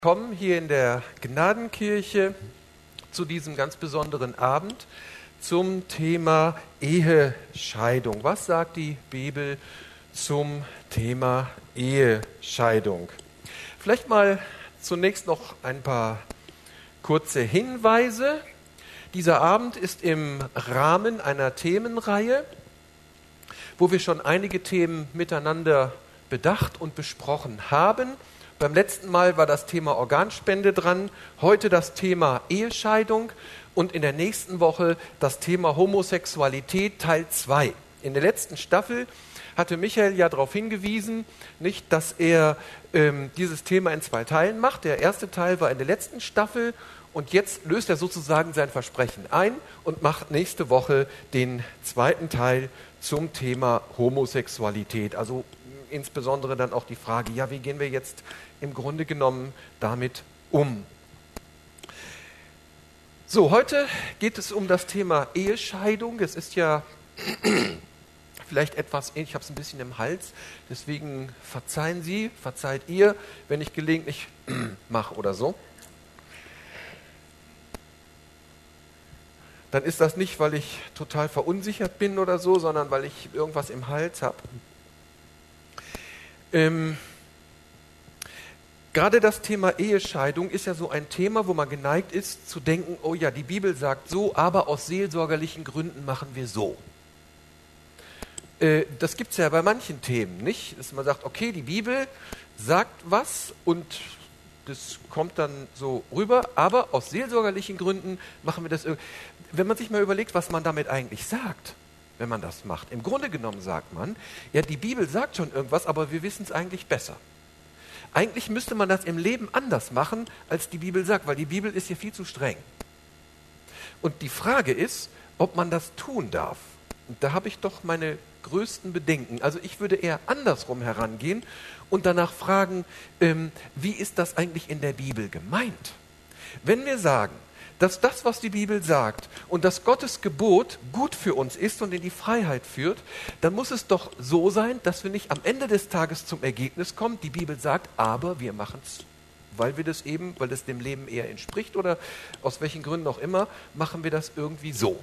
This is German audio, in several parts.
Kommen hier in der Gnadenkirche zu diesem ganz besonderen Abend zum Thema Ehescheidung. Was sagt die Bibel zum Thema Ehescheidung? Vielleicht mal zunächst noch ein paar kurze Hinweise. Dieser Abend ist im Rahmen einer Themenreihe, wo wir schon einige Themen miteinander bedacht und besprochen haben. Beim letzten Mal war das Thema Organspende dran, heute das Thema Ehescheidung und in der nächsten Woche das Thema Homosexualität Teil 2. In der letzten Staffel hatte Michael ja darauf hingewiesen, nicht, dass er dieses Thema in 2 Teilen macht. Der erste Teil war in der letzten Staffel und jetzt löst er sozusagen sein Versprechen ein und macht nächste Woche den zweiten Teil zum Thema Homosexualität. Also insbesondere dann auch die Frage, ja, wie gehen wir jetzt im Grunde genommen damit um? So, heute geht es um das Thema Ehescheidung. Es ist ja vielleicht etwas ähnlich, ich habe es ein bisschen im Hals, deswegen verzeiht ihr, wenn ich gelegentlich mache oder so. Dann ist das nicht, weil ich total verunsichert bin oder so, sondern weil ich irgendwas im Hals habe. Gerade das Thema Ehescheidung ist ja so ein Thema, wo man geneigt ist zu denken, oh ja, die Bibel sagt so, aber aus seelsorgerlichen Gründen machen wir so. Das gibt es ja bei manchen Themen, nicht? Dass man sagt, okay, die Bibel sagt was und das kommt dann so rüber, aber aus seelsorgerlichen Gründen machen wir das. Wenn man sich mal überlegt, was man damit eigentlich sagt, wenn man das macht. Im Grunde genommen sagt man, ja, die Bibel sagt schon irgendwas, aber wir wissen es eigentlich besser. Eigentlich müsste man das im Leben anders machen, als die Bibel sagt, weil die Bibel ist hier viel zu streng. Und die Frage ist, ob man das tun darf. Und da habe ich doch meine größten Bedenken. Also ich würde eher andersrum herangehen und danach fragen, wie ist das eigentlich in der Bibel gemeint? Wenn wir sagen, dass das, was die Bibel sagt und dass Gottes Gebot gut für uns ist und in die Freiheit führt, dann muss es doch so sein, dass wir nicht am Ende des Tages zum Ergebnis kommen, die Bibel sagt, aber wir machen es, weil es dem Leben eher entspricht oder aus welchen Gründen auch immer, machen wir das irgendwie so.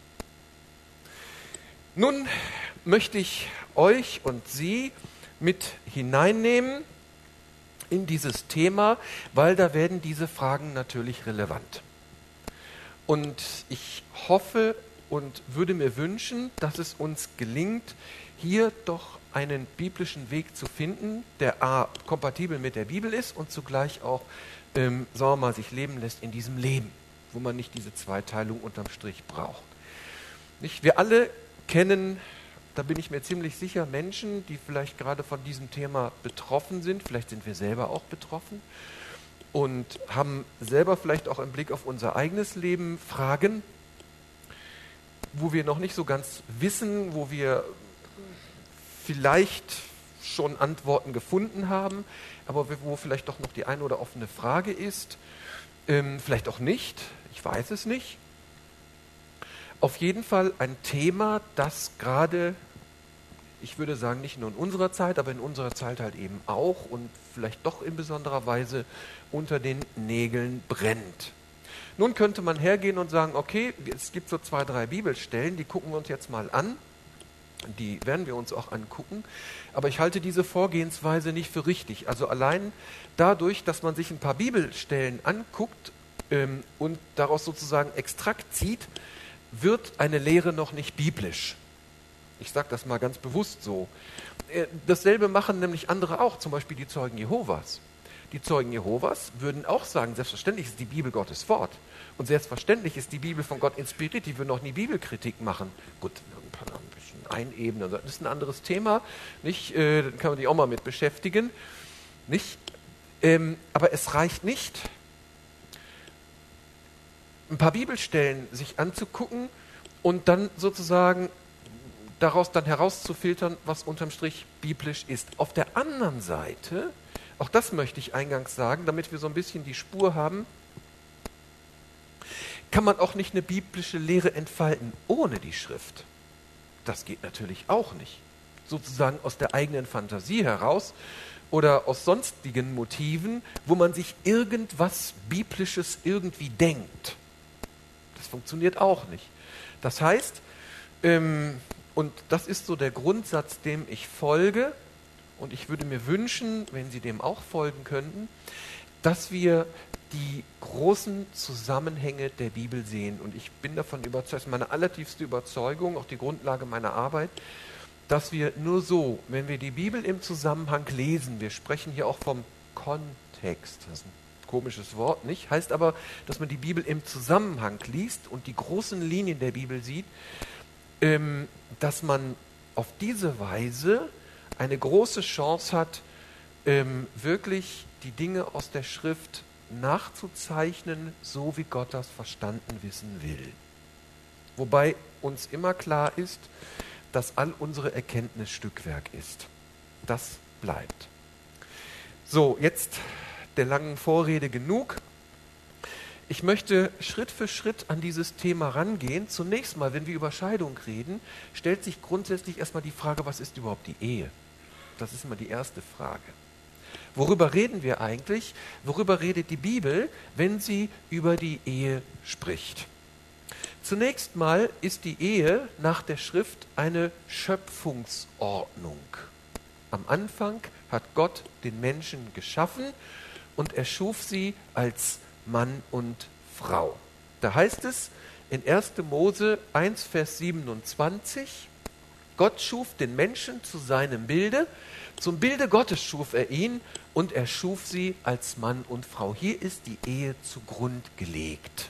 Nun möchte ich euch und Sie mit hineinnehmen in dieses Thema, weil da werden diese Fragen natürlich relevant. Und ich hoffe und würde mir wünschen, dass es uns gelingt, hier doch einen biblischen Weg zu finden, der a. kompatibel mit der Bibel ist und zugleich auch, sagen wir mal, sich leben lässt in diesem Leben, wo man nicht diese Zweiteilung unterm Strich braucht. Nicht? Wir alle kennen, da bin ich mir ziemlich sicher, Menschen, die vielleicht gerade von diesem Thema betroffen sind, vielleicht sind wir selber auch betroffen, und haben selber vielleicht auch im Blick auf unser eigenes Leben Fragen, wo wir noch nicht so ganz wissen, wo wir vielleicht schon Antworten gefunden haben, aber wo vielleicht doch noch die eine oder offene Frage ist, vielleicht auch nicht, ich weiß es nicht. Auf jeden Fall ein Thema, das gerade, ich würde sagen, nicht nur in unserer Zeit, aber in unserer Zeit halt eben auch und vielleicht doch in besonderer Weise unter den Nägeln brennt. Nun könnte man hergehen und sagen, okay, es gibt so 2, 3 Bibelstellen, die gucken wir uns jetzt mal an. Die werden wir uns auch angucken. Aber ich halte diese Vorgehensweise nicht für richtig. Also allein dadurch, dass man sich ein paar Bibelstellen anguckt und daraus sozusagen Extrakt zieht, wird eine Lehre noch nicht biblisch. Ich sage das mal ganz bewusst so. Dasselbe machen nämlich andere auch, zum Beispiel die Zeugen Jehovas. Die Zeugen Jehovas würden auch sagen, selbstverständlich ist die Bibel Gottes Wort. Und selbstverständlich ist die Bibel von Gott inspiriert, die würden auch nie Bibelkritik machen. Gut, ein bisschen einebnen, das ist ein anderes Thema, nicht? Dann kann man sich auch mal mit beschäftigen. Nicht? Aber es reicht nicht, ein paar Bibelstellen sich anzugucken und dann sozusagen daraus dann herauszufiltern, was unterm Strich biblisch ist. Auf der anderen Seite, auch das möchte ich eingangs sagen, damit wir so ein bisschen die Spur haben, kann man auch nicht eine biblische Lehre entfalten ohne die Schrift. Das geht natürlich auch nicht. Sozusagen aus der eigenen Fantasie heraus oder aus sonstigen Motiven, wo man sich irgendwas Biblisches irgendwie denkt. Das funktioniert auch nicht. Das heißt, und das ist so der Grundsatz, dem ich folge, und ich würde mir wünschen, wenn Sie dem auch folgen könnten, dass wir die großen Zusammenhänge der Bibel sehen. Und ich bin davon überzeugt, das ist meine allertiefste Überzeugung, auch die Grundlage meiner Arbeit, dass wir nur so, wenn wir die Bibel im Zusammenhang lesen, wir sprechen hier auch vom Kontext, das ist ein komisches Wort, nicht? Heißt aber, dass man die Bibel im Zusammenhang liest und die großen Linien der Bibel sieht, dass man auf diese Weise eine große Chance hat, wirklich die Dinge aus der Schrift nachzuzeichnen, so wie Gott das verstanden wissen will. Wobei uns immer klar ist, dass all unsere Erkenntnis Stückwerk ist. Das bleibt. So, jetzt der langen Vorrede genug. Ich möchte Schritt für Schritt an dieses Thema rangehen. Zunächst mal, wenn wir über Scheidung reden, stellt sich grundsätzlich erstmal die Frage, was ist überhaupt die Ehe? Das ist immer die erste Frage. Worüber reden wir eigentlich? Worüber redet die Bibel, wenn sie über die Ehe spricht? Zunächst mal ist die Ehe nach der Schrift eine Schöpfungsordnung. Am Anfang hat Gott den Menschen geschaffen und er schuf sie als Mann und Frau. Da heißt es in 1. Mose 1, Vers 27, Gott schuf den Menschen zu seinem Bilde, zum Bilde Gottes schuf er ihn und er schuf sie als Mann und Frau. Hier ist die Ehe zugrund gelegt.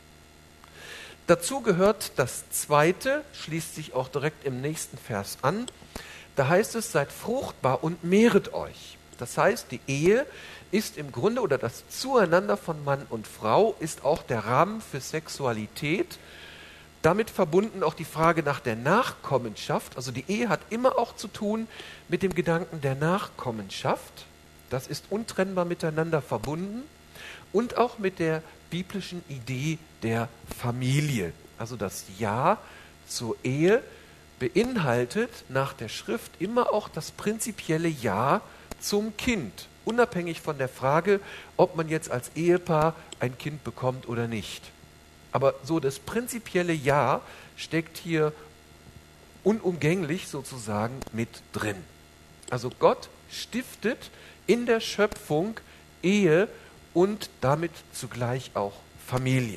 Dazu gehört das Zweite, schließt sich auch direkt im nächsten Vers an. Da heißt es, seid fruchtbar und mehret euch. Das heißt, die Ehe ist im Grunde, oder das Zueinander von Mann und Frau ist auch der Rahmen für Sexualität. Damit verbunden auch die Frage nach der Nachkommenschaft. Also die Ehe hat immer auch zu tun mit dem Gedanken der Nachkommenschaft. Das ist untrennbar miteinander verbunden. Und auch mit der biblischen Idee der Familie. Also das Ja zur Ehe beinhaltet nach der Schrift immer auch das prinzipielle Ja zum Kind, unabhängig von der Frage, ob man jetzt als Ehepaar ein Kind bekommt oder nicht. Aber so das prinzipielle Ja steckt hier unumgänglich sozusagen mit drin. Also Gott stiftet in der Schöpfung Ehe und damit zugleich auch Familie.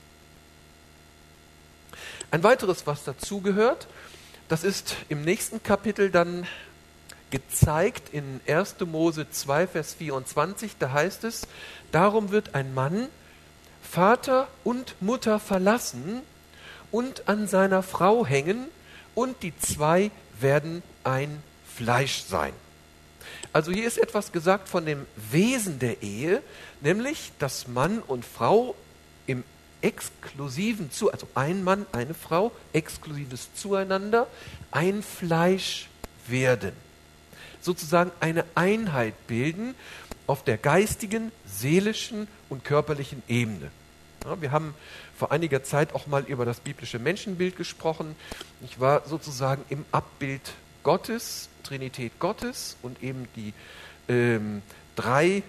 Ein weiteres, was dazugehört, das ist im nächsten Kapitel dann gezeigt in 1. Mose 2, Vers 24, da heißt es, darum wird ein Mann Vater und Mutter verlassen und an seiner Frau hängen und die zwei werden ein Fleisch sein. Also hier ist etwas gesagt von dem Wesen der Ehe, nämlich, dass Mann und Frau im exklusiven also ein Mann, eine Frau, exklusives Zueinander, ein Fleisch werden. Sozusagen eine Einheit bilden auf der geistigen, seelischen und körperlichen Ebene. Ja, wir haben vor einiger Zeit auch mal über das biblische Menschenbild gesprochen. Ich war sozusagen im Abbild Gottes, Trinität Gottes und eben die drei,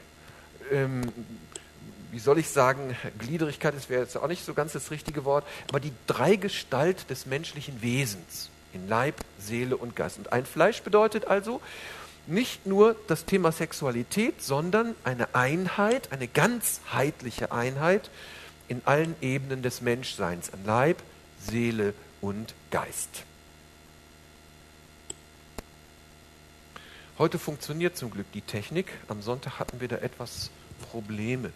wie soll ich sagen, Gliederigkeit, das wäre jetzt auch nicht so ganz das richtige Wort, aber die Dreigestalt des menschlichen Wesens in Leib, Seele und Geist. Und ein Fleisch bedeutet also nicht nur das Thema Sexualität, sondern eine Einheit, eine ganzheitliche Einheit in allen Ebenen des Menschseins, an Leib, Seele und Geist. Heute funktioniert zum Glück die Technik. Am Sonntag hatten wir da etwas Probleme.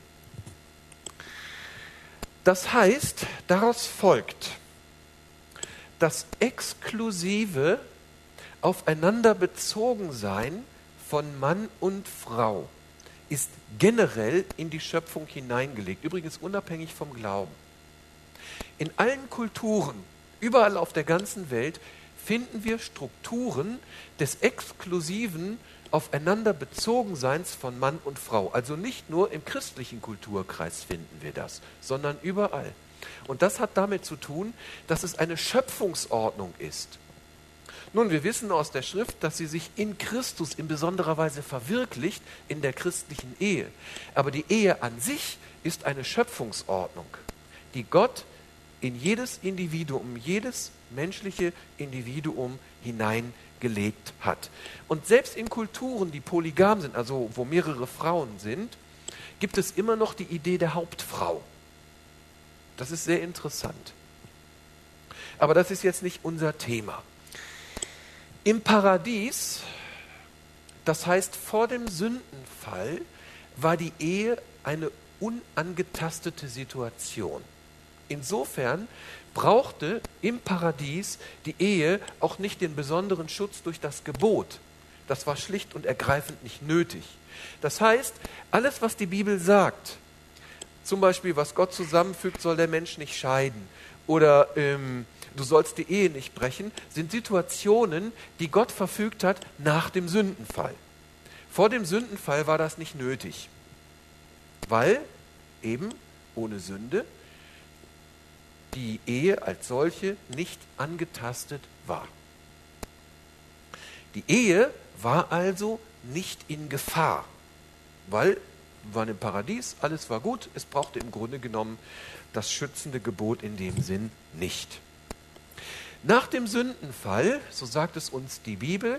Das heißt, daraus folgt, das exklusive aufeinander bezogen sein von Mann und Frau ist generell in die Schöpfung hineingelegt, übrigens unabhängig vom Glauben. In allen Kulturen, überall auf der ganzen Welt, finden wir Strukturen des exklusiven aufeinander Bezogenseins von Mann und Frau. Also nicht nur im christlichen Kulturkreis finden wir das, sondern überall. Und das hat damit zu tun, dass es eine Schöpfungsordnung ist. Nun, wir wissen aus der Schrift, dass sie sich in Christus in besonderer Weise verwirklicht in der christlichen Ehe. Aber die Ehe an sich ist eine Schöpfungsordnung, die Gott in jedes Individuum, jedes menschliche Individuum hineingelegt hat. Und selbst in Kulturen, die polygam sind, also wo mehrere Frauen sind, gibt es immer noch die Idee der Hauptfrau. Das ist sehr interessant. Aber das ist jetzt nicht unser Thema. Im Paradies, das heißt vor dem Sündenfall, war die Ehe eine unangetastete Situation. Insofern brauchte im Paradies die Ehe auch nicht den besonderen Schutz durch das Gebot. Das war schlicht und ergreifend nicht nötig. Das heißt, alles, was die Bibel sagt, zum Beispiel, was Gott zusammenfügt, soll der Mensch nicht scheiden, oder du sollst die Ehe nicht brechen, sind Situationen, die Gott verfügt hat nach dem Sündenfall. Vor dem Sündenfall war das nicht nötig, weil eben ohne Sünde die Ehe als solche nicht angetastet war. Die Ehe war also nicht in Gefahr, weil wir waren im Paradies, alles war gut, es brauchte im Grunde genommen das schützende Gebot in dem Sinn nicht. Nach dem Sündenfall, so sagt es uns die Bibel,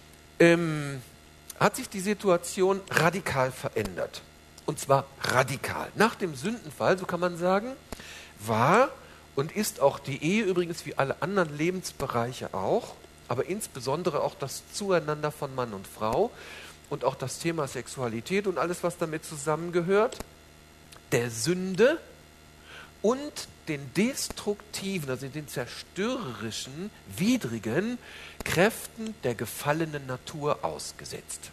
hat sich die Situation radikal verändert. Und zwar radikal. Nach dem Sündenfall, so kann man sagen, war und ist auch die Ehe übrigens wie alle anderen Lebensbereiche auch, aber insbesondere auch das Zueinander von Mann und Frau und auch das Thema Sexualität und alles, was damit zusammengehört, der Sünde und den destruktiven, also den zerstörerischen, widrigen Kräften der gefallenen Natur ausgesetzt.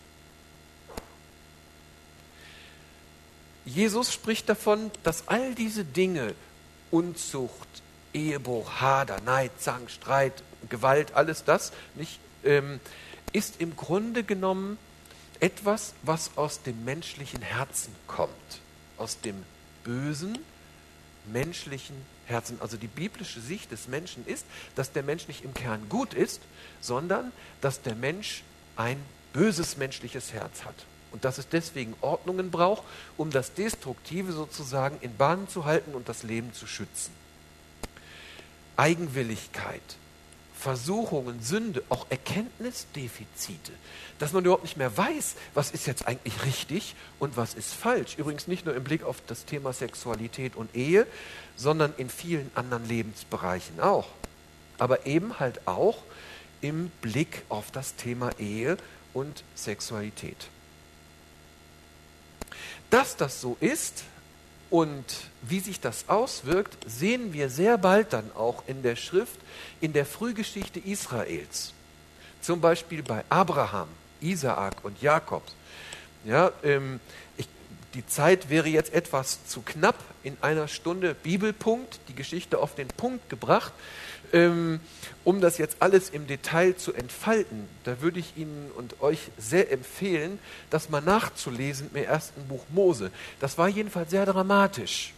Jesus spricht davon, dass all diese Dinge, Unzucht, Ehebruch, Hader, Neid, Zank, Streit, Gewalt, alles das, nicht, ist im Grunde genommen etwas, was aus dem menschlichen Herzen kommt, aus dem bösen menschlichen Herzen. Also die biblische Sicht des Menschen ist, dass der Mensch nicht im Kern gut ist, sondern dass der Mensch ein böses menschliches Herz hat. Und dass es deswegen Ordnungen braucht, um das Destruktive sozusagen in Bahnen zu halten und das Leben zu schützen. Eigenwilligkeit, Versuchungen, Sünde, auch Erkenntnisdefizite, dass man überhaupt nicht mehr weiß, was ist jetzt eigentlich richtig und was ist falsch. Übrigens nicht nur im Blick auf das Thema Sexualität und Ehe, sondern in vielen anderen Lebensbereichen auch. Aber eben halt auch im Blick auf das Thema Ehe und Sexualität. Dass das so ist und wie sich das auswirkt, sehen wir sehr bald dann auch in der Schrift, in der Frühgeschichte Israels. Zum Beispiel bei Abraham, Isaak und Jakob. Ja, die Zeit wäre jetzt etwas zu knapp, in einer Stunde Bibelpunkt, die Geschichte auf den Punkt gebracht. Um das jetzt alles im Detail zu entfalten, da würde ich Ihnen und euch sehr empfehlen, das mal nachzulesen im ersten Buch Mose. Das war jedenfalls sehr dramatisch.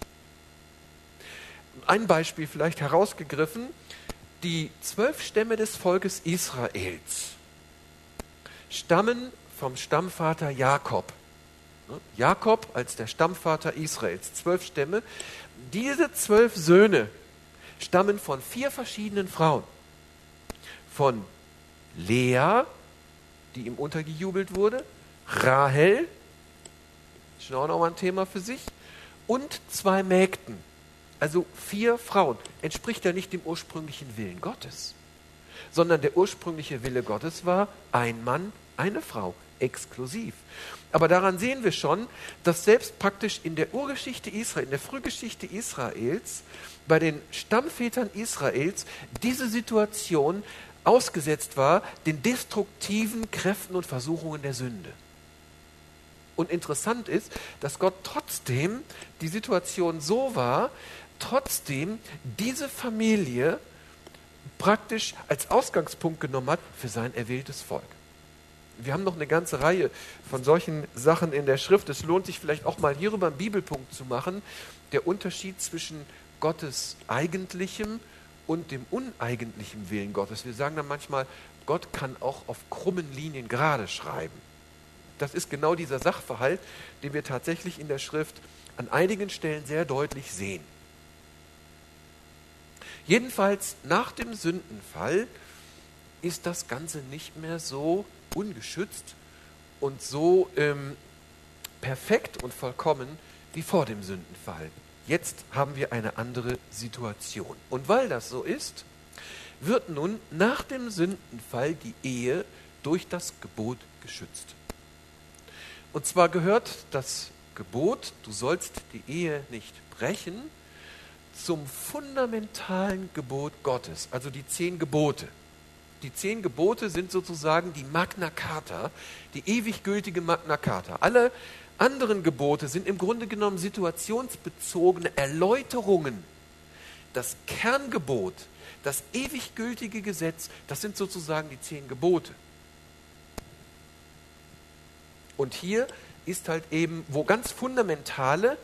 Ein Beispiel vielleicht herausgegriffen: Die 12 Stämme des Volkes Israels stammen vom Stammvater Jakob. Jakob als der Stammvater Israels, 12 Stämme. Diese 12 Söhne stammen von 4 verschiedenen Frauen. Von Lea, die ihm untergejubelt wurde, Rahel, schon auch noch mal ein Thema für sich, und 2 Mägden. Also 4 Frauen. Entspricht ja nicht dem ursprünglichen Willen Gottes, sondern der ursprüngliche Wille Gottes war ein Mann, eine Frau, exklusiv. Aber daran sehen wir schon, dass selbst praktisch in der Urgeschichte Israel, in der Frühgeschichte Israels, bei den Stammvätern Israels diese Situation ausgesetzt war den destruktiven Kräften und Versuchungen der Sünde. Und interessant ist, dass Gott trotzdem die Situation so war, trotzdem diese Familie praktisch als Ausgangspunkt genommen hat für sein erwähltes Volk. Wir haben noch eine ganze Reihe von solchen Sachen in der Schrift. Es lohnt sich vielleicht auch mal hierüber einen Bibelpunkt zu machen, der Unterschied zwischen Gottes eigentlichem und dem uneigentlichen Willen Gottes. Wir sagen dann manchmal, Gott kann auch auf krummen Linien gerade schreiben. Das ist genau dieser Sachverhalt, den wir tatsächlich in der Schrift an einigen Stellen sehr deutlich sehen. Jedenfalls nach dem Sündenfall ist das Ganze nicht mehr so ungeschützt und so perfekt und vollkommen wie vor dem Sündenfall. Jetzt haben wir eine andere Situation. Und weil das so ist, wird nun nach dem Sündenfall die Ehe durch das Gebot geschützt. Und zwar gehört das Gebot, du sollst die Ehe nicht brechen, zum fundamentalen Gebot Gottes, also die 10 Gebote. Die 10 Gebote sind sozusagen die Magna Carta, die ewig gültige Magna Carta. Alle anderen Gebote sind im Grunde genommen situationsbezogene Erläuterungen. Das Kerngebot, das ewig gültige Gesetz, das sind sozusagen die 10 Gebote. Und hier ist halt eben, wo ganz fundamentale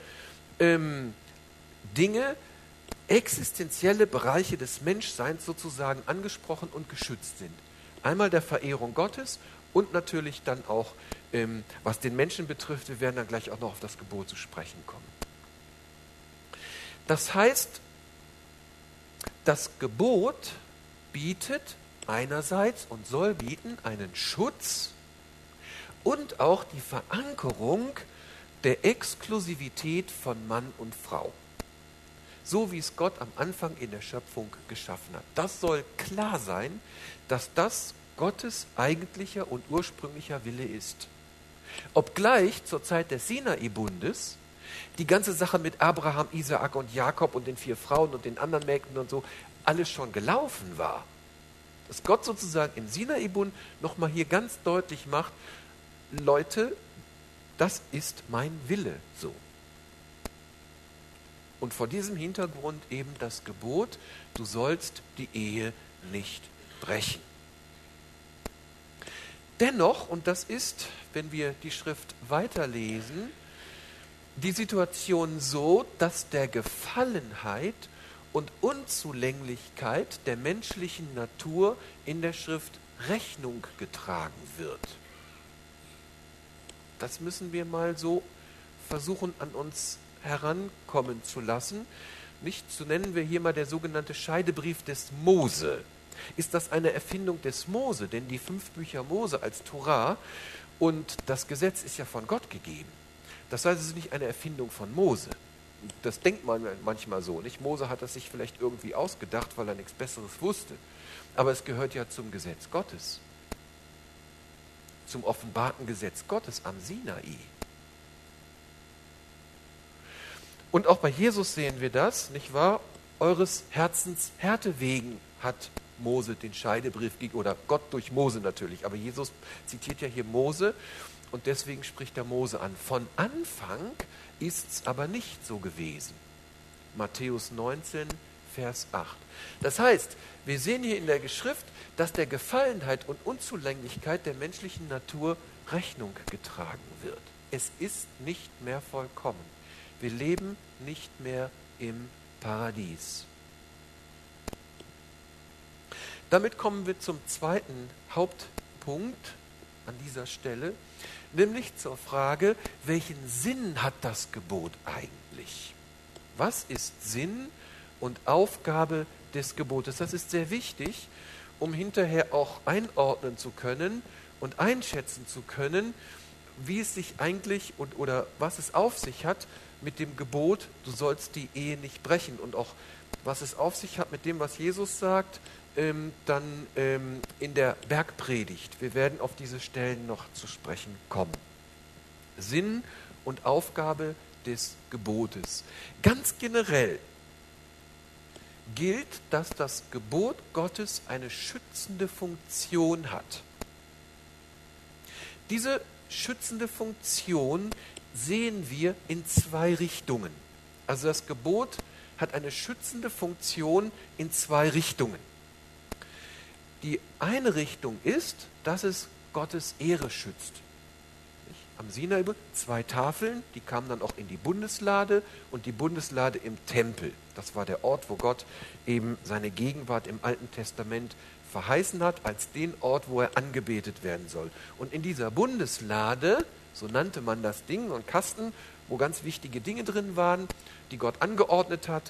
Dinge, existenzielle Bereiche des Menschseins sozusagen angesprochen und geschützt sind. Einmal der Verehrung Gottes und natürlich dann auch, was den Menschen betrifft, wir werden dann gleich auch noch auf das Gebot zu sprechen kommen. Das heißt, das Gebot bietet einerseits und soll bieten einen Schutz und auch die Verankerung der Exklusivität von Mann und Frau. So wie es Gott am Anfang in der Schöpfung geschaffen hat. Das soll klar sein, dass das Gottes eigentlicher und ursprünglicher Wille ist. Obgleich zur Zeit des Sinai-Bundes die ganze Sache mit Abraham, Isaak und Jakob und den 4 Frauen und den anderen Mägden und so alles schon gelaufen war. Dass Gott sozusagen im Sinai-Bund nochmal hier ganz deutlich macht, Leute, das ist mein Wille so. Und vor diesem Hintergrund eben das Gebot, du sollst die Ehe nicht brechen. Dennoch, und das ist, wenn wir die Schrift weiterlesen, die Situation so, dass der Gefallenheit und Unzulänglichkeit der menschlichen Natur in der Schrift Rechnung getragen wird. Das müssen wir mal so versuchen an uns herankommen zu lassen. Nicht zu nennen wir hier mal der sogenannte Scheidebrief des Mose. Ist das eine Erfindung des Mose? Denn die 5 Bücher Mose als Torah und das Gesetz ist ja von Gott gegeben. Das heißt, es ist nicht eine Erfindung von Mose. Das denkt man manchmal so, nicht? Mose hat das sich vielleicht irgendwie ausgedacht, weil er nichts Besseres wusste. Aber es gehört ja zum Gesetz Gottes. Zum offenbarten Gesetz Gottes am Sinai. Und auch bei Jesus sehen wir das, nicht wahr? Eures Herzens Härte wegen hat Mose den Scheidebrief, oder Gott durch Mose natürlich, aber Jesus zitiert ja hier Mose und deswegen spricht er Mose an. Von Anfang ist es aber nicht so gewesen. Matthäus 19, Vers 8. Das heißt, wir sehen hier in der Schrift, dass der Gefallenheit und Unzulänglichkeit der menschlichen Natur Rechnung getragen wird. Es ist nicht mehr vollkommen. Wir leben nicht mehr im Paradies. Damit kommen wir zum zweiten Hauptpunkt an dieser Stelle, nämlich zur Frage, welchen Sinn hat das Gebot eigentlich? Was ist Sinn und Aufgabe des Gebotes? Das ist sehr wichtig, um hinterher auch einordnen zu können und einschätzen zu können, wie es sich eigentlich oder was es auf sich hat mit dem Gebot, du sollst die Ehe nicht brechen, und auch was es auf sich hat mit dem, was Jesus sagt, dann in der Bergpredigt. Wir werden auf diese Stellen noch zu sprechen kommen. Sinn und Aufgabe des Gebotes. Ganz generell gilt, dass das Gebot Gottes eine schützende Funktion hat. Diese schützende Funktion sehen wir in 2 Richtungen. Also das Gebot hat eine schützende Funktion in 2 Richtungen. Die eine Richtung ist, dass es Gottes Ehre schützt. Am Sinai 2 Tafeln, die kamen dann auch in die Bundeslade und die Bundeslade im Tempel. Das war der Ort, wo Gott eben seine Gegenwart im Alten Testament verheißen hat, als den Ort, wo er angebetet werden soll. Und in dieser Bundeslade, so nannte man das Ding, und Kasten, wo ganz wichtige Dinge drin waren, die Gott angeordnet hat,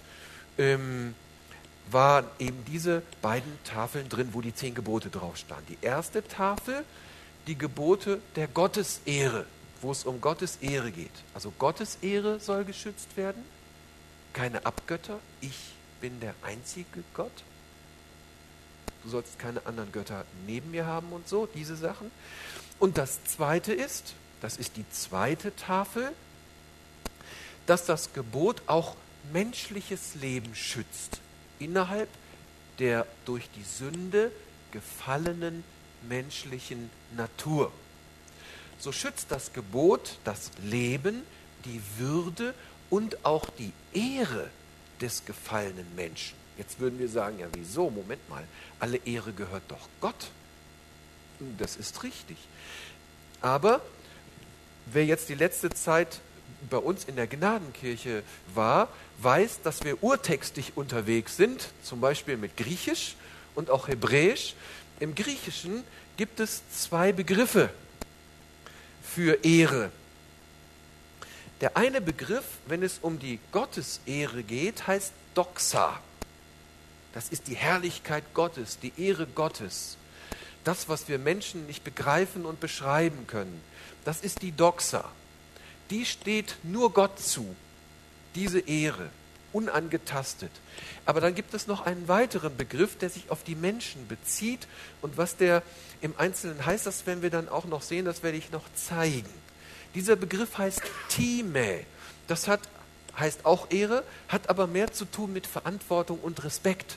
waren eben diese beiden Tafeln drin, wo die 10 Gebote drauf standen. Die erste Tafel, die Gebote der Gottesehre, wo es um Gottes Ehre geht. Also Gottes Ehre soll geschützt werden, keine Abgötter. Ich bin der einzige Gott. Du sollst keine anderen Götter neben mir haben und so, diese Sachen. Und das Zweite ist, das ist die zweite Tafel, dass das Gebot auch menschliches Leben schützt, innerhalb der durch die Sünde gefallenen menschlichen Natur. So schützt das Gebot das Leben, die Würde und auch die Ehre des gefallenen Menschen. Jetzt würden wir sagen, ja wieso, Moment mal, alle Ehre gehört doch Gott. Das ist richtig. Aber wer jetzt die letzte Zeit bei uns in der Gnadenkirche war, weiß, dass wir urtextig unterwegs sind, zum Beispiel mit Griechisch und auch Hebräisch. Im Griechischen gibt es 2 Begriffe für Ehre. Der eine Begriff, wenn es um die Gottesehre geht, heißt Doxa. Das ist die Herrlichkeit Gottes, die Ehre Gottes. Das, was wir Menschen nicht begreifen und beschreiben können, das ist die Doxa. Die steht nur Gott zu, diese Ehre, unangetastet. Aber dann gibt es noch einen weiteren Begriff, der sich auf die Menschen bezieht. Und was der im Einzelnen heißt, das werden wir dann auch noch sehen, das werde ich noch zeigen. Dieser Begriff heißt Time. Das heißt auch Ehre, hat aber mehr zu tun mit Verantwortung und Respekt.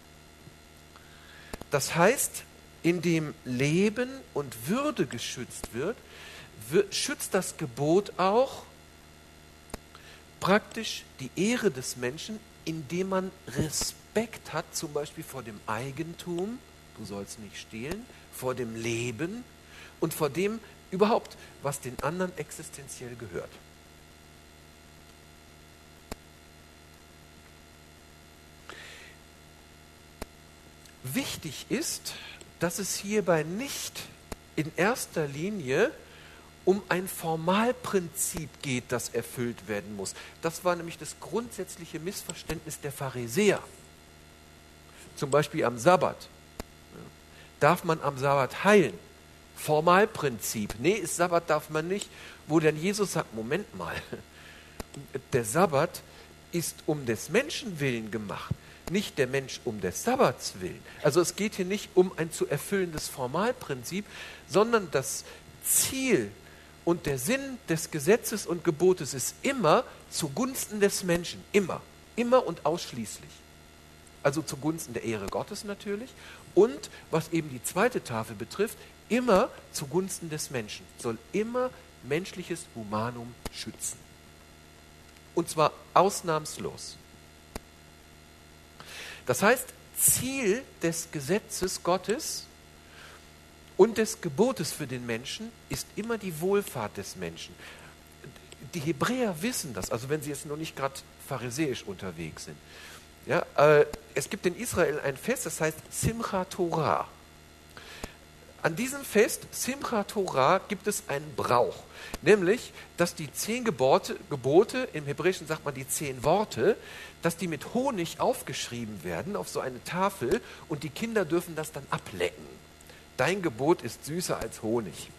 Das heißt, indem Leben und Würde geschützt wird, schützt das Gebot auch praktisch die Ehre des Menschen, indem man Respekt hat, zum Beispiel vor dem Eigentum, du sollst nicht stehlen, vor dem Leben und vor dem überhaupt, was den anderen existenziell gehört. Wichtig ist, dass es hierbei nicht in erster Linie um ein Formalprinzip geht, das erfüllt werden muss. Das war nämlich das grundsätzliche Missverständnis der Pharisäer. Zum Beispiel am Sabbat. Darf man am Sabbat heilen? Formalprinzip. Nee, Sabbat darf man nicht. Wo denn Jesus sagt, Moment mal, der Sabbat ist um des Menschen willen gemacht, nicht der Mensch um des Sabbats willen. Also es geht hier nicht um ein zu erfüllendes Formalprinzip, sondern das Ziel und der Sinn des Gesetzes und Gebotes ist immer zugunsten des Menschen. Immer. Immer und ausschließlich. Also zugunsten der Ehre Gottes natürlich. Und, was eben die zweite Tafel betrifft, immer zugunsten des Menschen. Soll immer menschliches Humanum schützen. Und zwar ausnahmslos. Das heißt, Ziel des Gesetzes Gottes und des Gebotes für den Menschen ist immer die Wohlfahrt des Menschen. Die Hebräer wissen das, also wenn sie jetzt noch nicht gerade pharisäisch unterwegs sind. Ja, es gibt in Israel ein Fest, das heißt Simchat Torah. An diesem Fest, Simchat Torah, gibt es einen Brauch, nämlich, dass die 10 Gebote, im Hebräischen sagt man die 10 Worte, dass die mit Honig aufgeschrieben werden auf so eine Tafel und die Kinder dürfen das dann ablecken. Dein Gebot ist süßer als Honig.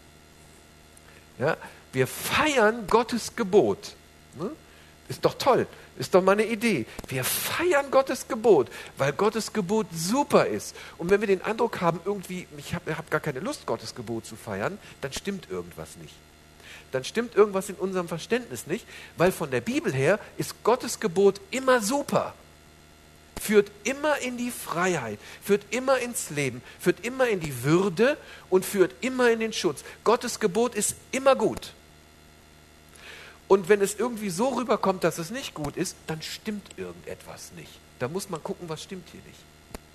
Ja, wir feiern Gottes Gebot. Ne? Ist doch toll, ist doch mal eine Idee. Wir feiern Gottes Gebot, weil Gottes Gebot super ist. Und wenn wir den Eindruck haben, irgendwie, ich hab gar keine Lust, Gottes Gebot zu feiern, dann stimmt irgendwas nicht. Dann stimmt irgendwas in unserem Verständnis nicht, weil von der Bibel her ist Gottes Gebot immer super. Führt immer in die Freiheit, führt immer ins Leben, führt immer in die Würde und führt immer in den Schutz. Gottes Gebot ist immer gut. Und wenn es irgendwie so rüberkommt, dass es nicht gut ist, dann stimmt irgendetwas nicht. Da muss man gucken, was stimmt hier nicht.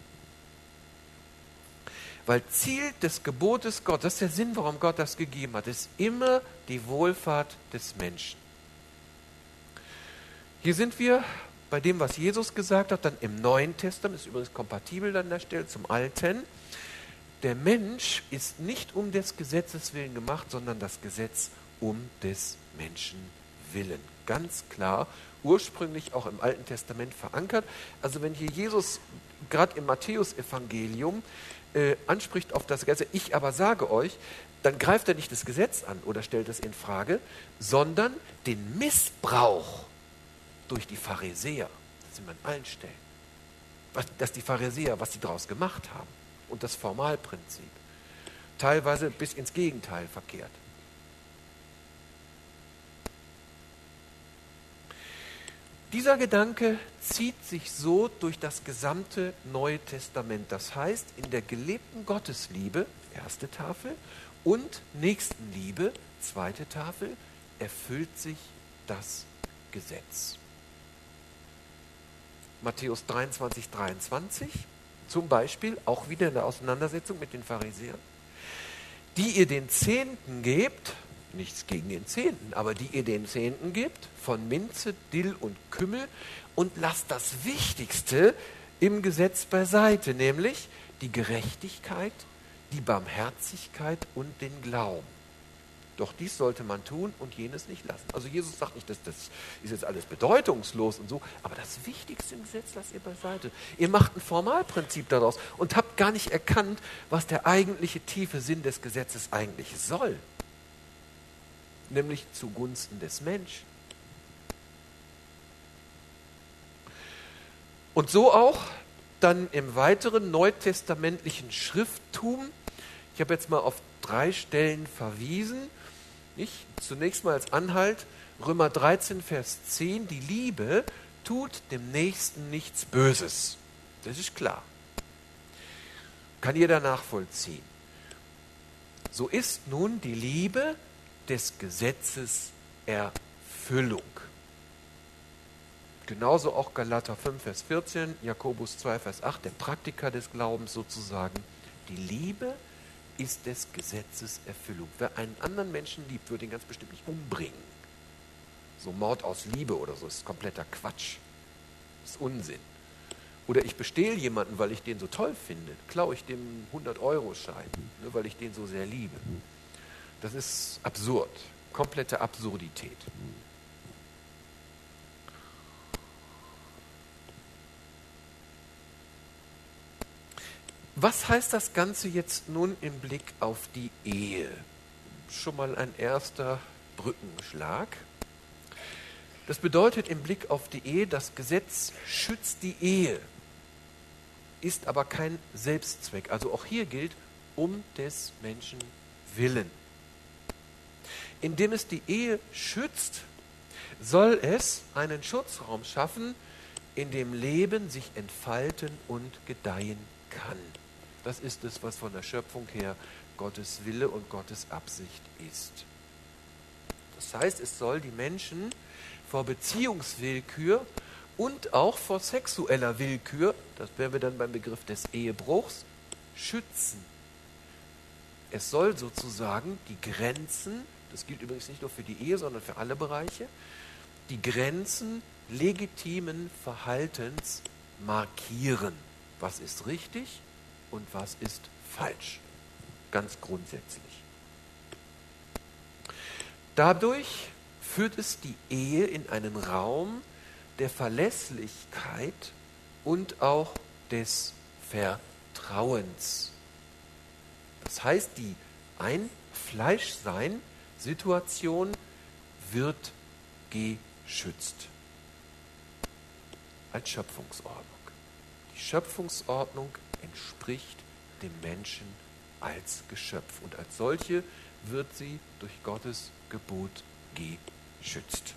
Weil Ziel des Gebotes Gottes, das ist der Sinn, warum Gott das gegeben hat, ist immer die Wohlfahrt des Menschen. Hier sind wir bei dem, was Jesus gesagt hat, dann im Neuen Testament, ist übrigens kompatibel an der Stelle zum Alten. Der Mensch ist nicht um des Gesetzes willen gemacht, sondern das Gesetz um des Menschen willen. Ganz klar, ursprünglich auch im Alten Testament verankert. Also wenn hier Jesus gerade im Matthäus-Evangelium anspricht auf das Gesetz, ich aber sage euch, dann greift er nicht das Gesetz an oder stellt es in Frage, sondern den Missbrauch durch die Pharisäer. Das sind wir an allen Stellen. Dass die Pharisäer, was sie daraus gemacht haben. Und das Formalprinzip. Teilweise bis ins Gegenteil verkehrt. Dieser Gedanke zieht sich so durch das gesamte Neue Testament. Das heißt, in der gelebten Gottesliebe, erste Tafel, und Nächstenliebe, zweite Tafel, erfüllt sich das Gesetz. Matthäus 23, 23, zum Beispiel, auch wieder in der Auseinandersetzung mit den Pharisäern, die ihr den Zehnten gebt, nichts gegen den Zehnten, aber die ihr den Zehnten gebt, von Minze, Dill und Kümmel, und lasst das Wichtigste im Gesetz beiseite, nämlich die Gerechtigkeit, die Barmherzigkeit und den Glauben. Doch dies sollte man tun und jenes nicht lassen. Also Jesus sagt nicht, das ist jetzt alles bedeutungslos und so, aber das Wichtigste im Gesetz lasst ihr beiseite. Ihr macht ein Formalprinzip daraus und habt gar nicht erkannt, was der eigentliche tiefe Sinn des Gesetzes eigentlich soll. Nämlich zugunsten des Menschen. Und so auch dann im weiteren neutestamentlichen Schrifttum. Ich habe jetzt mal auf 3 Stellen verwiesen. Zunächst mal als Anhalt Römer 13, Vers 10. Die Liebe tut dem Nächsten nichts Böses. Das ist klar. Kann jeder nachvollziehen. So ist nun die Liebe des Gesetzes Erfüllung. Genauso auch Galater 5, Vers 14, Jakobus 2, Vers 8, der Praktiker des Glaubens sozusagen. Die Liebe ist des Gesetzes Erfüllung. Wer einen anderen Menschen liebt, wird ihn ganz bestimmt nicht umbringen. So Mord aus Liebe oder so ist kompletter Quatsch. Das ist Unsinn. Oder ich bestehle jemanden, weil ich den so toll finde, klaue ich dem 100-Euro-Schein, weil ich den so sehr liebe. Das ist absurd. Komplette Absurdität. Was heißt das Ganze jetzt nun im Blick auf die Ehe? Schon mal ein erster Brückenschlag. Das bedeutet im Blick auf die Ehe, das Gesetz schützt die Ehe, ist aber kein Selbstzweck. Also auch hier gilt, um des Menschen willen. Indem es die Ehe schützt, soll es einen Schutzraum schaffen, in dem Leben sich entfalten und gedeihen kann. Das ist es, was von der Schöpfung her Gottes Wille und Gottes Absicht ist. Das heißt, es soll die Menschen vor Beziehungswillkür und auch vor sexueller Willkür, das wären wir dann beim Begriff des Ehebruchs, schützen. Es soll sozusagen die Grenzen, das gilt übrigens nicht nur für die Ehe, sondern für alle Bereiche, die Grenzen legitimen Verhaltens markieren. Was ist richtig und was ist falsch? Ganz grundsätzlich. Dadurch führt es die Ehe in einen Raum der Verlässlichkeit und auch des Vertrauens. Das heißt, die Ein-Fleischsein-Situation wird geschützt. Als Schöpfungsordnung. Die Schöpfungsordnung entspricht dem Menschen als Geschöpf und als solche wird sie durch Gottes Gebot geschützt.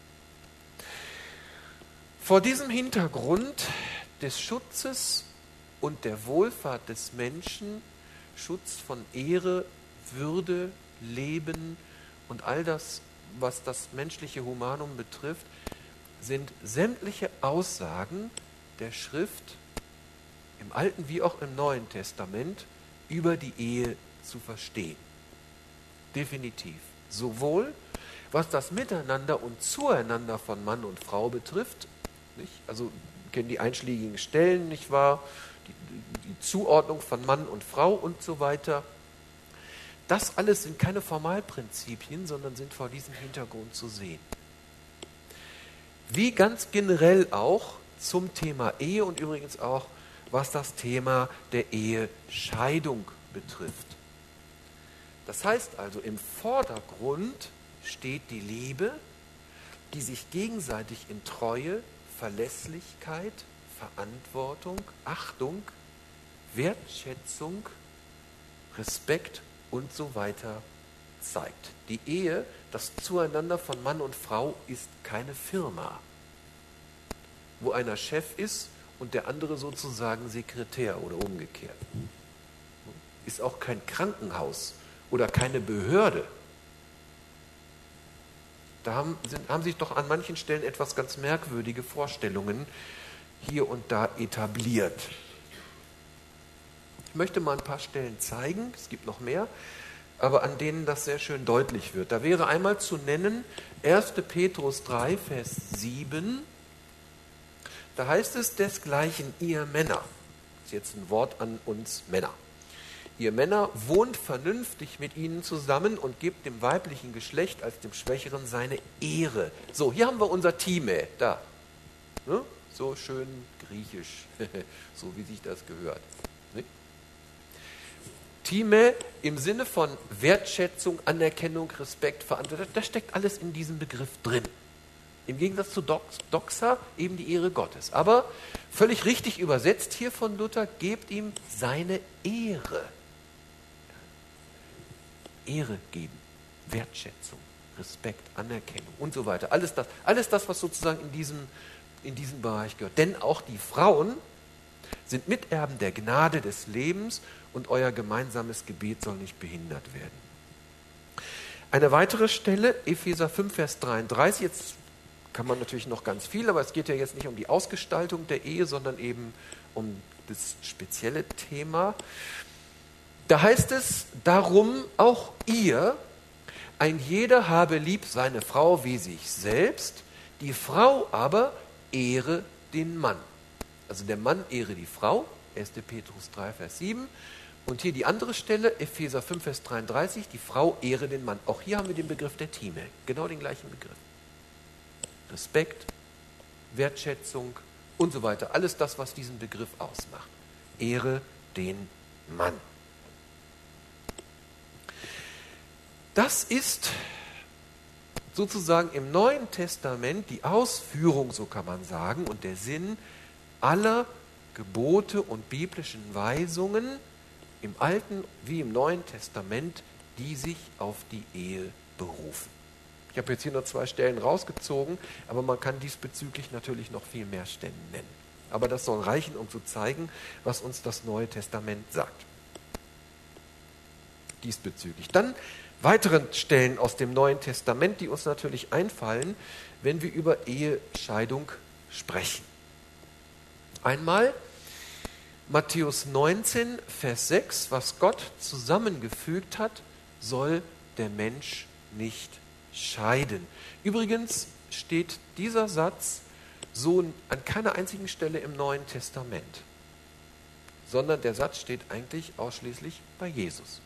Vor diesem Hintergrund des Schutzes und der Wohlfahrt des Menschen, Schutz von Ehre, Würde, Leben und all das, was das menschliche Humanum betrifft, sind sämtliche Aussagen der Schrift im Alten wie auch im Neuen Testament über die Ehe zu verstehen. Definitiv. Sowohl was das Miteinander und Zueinander von Mann und Frau betrifft, Nicht? Also kennen die einschlägigen Stellen, nicht wahr? Die Zuordnung von Mann und Frau und so weiter. Das alles sind keine Formalprinzipien, sondern sind vor diesem Hintergrund zu sehen. Wie ganz generell auch zum Thema Ehe und übrigens auch, was das Thema der Ehescheidung betrifft. Das heißt also, im Vordergrund steht die Liebe, die sich gegenseitig in Treue, Verlässlichkeit, Verantwortung, Achtung, Wertschätzung, Respekt und so weiter zeigt. Die Ehe, das Zueinander von Mann und Frau, ist keine Firma, wo einer Chef ist und der andere sozusagen Sekretär oder umgekehrt. Ist auch kein Krankenhaus oder keine Behörde. Da haben sich doch an manchen Stellen etwas ganz merkwürdige Vorstellungen hier und da etabliert. Ich möchte mal ein paar Stellen zeigen, es gibt noch mehr, aber an denen das sehr schön deutlich wird. Da wäre einmal zu nennen 1. Petrus 3, Vers 7. Da heißt es desgleichen, ihr Männer, das ist jetzt ein Wort an uns Männer, ihr Männer wohnt vernünftig mit ihnen zusammen und gebt dem weiblichen Geschlecht als dem Schwächeren seine Ehre. So, hier haben wir unser Time, da. Ne? So schön griechisch, so wie sich das gehört. Ne? Time im Sinne von Wertschätzung, Anerkennung, Respekt, Verantwortung, das steckt alles in diesem Begriff drin. Im Gegensatz zu Doxa eben die Ehre Gottes. Aber völlig richtig übersetzt hier von Luther, gebt ihm seine Ehre. Ehre geben, Wertschätzung, Respekt, Anerkennung und so weiter. Alles das, was sozusagen in diesen Bereich gehört. Denn auch die Frauen sind Miterben der Gnade des Lebens und euer gemeinsames Gebet soll nicht behindert werden. Eine weitere Stelle, Epheser 5, Vers 33, jetzt kann man natürlich noch ganz viel, aber es geht ja jetzt nicht um die Ausgestaltung der Ehe, sondern eben um das spezielle Thema. Da heißt es, darum auch ihr, ein jeder habe lieb seine Frau wie sich selbst, die Frau aber ehre den Mann. Also der Mann ehre die Frau, 1. Petrus 3, Vers 7. Und hier die andere Stelle, Epheser 5, Vers 33, die Frau ehre den Mann. Auch hier haben wir den Begriff der Time, genau den gleichen Begriff. Respekt, Wertschätzung und so weiter. Alles das, was diesen Begriff ausmacht. Ehre den Mann. Das ist sozusagen im Neuen Testament die Ausführung, so kann man sagen, und der Sinn aller Gebote und biblischen Weisungen im Alten wie im Neuen Testament, die sich auf die Ehe berufen. Ich habe jetzt hier nur 2 Stellen rausgezogen, aber man kann diesbezüglich natürlich noch viel mehr Stellen nennen. Aber das soll reichen, um zu zeigen, was uns das Neue Testament sagt. Diesbezüglich. Dann weitere Stellen aus dem Neuen Testament, die uns natürlich einfallen, wenn wir über Ehescheidung sprechen. Einmal Matthäus 19, Vers 6, was Gott zusammengefügt hat, soll der Mensch nicht scheiden. Übrigens steht dieser Satz so an keiner einzigen Stelle im Neuen Testament, sondern der Satz steht eigentlich ausschließlich bei Jesus.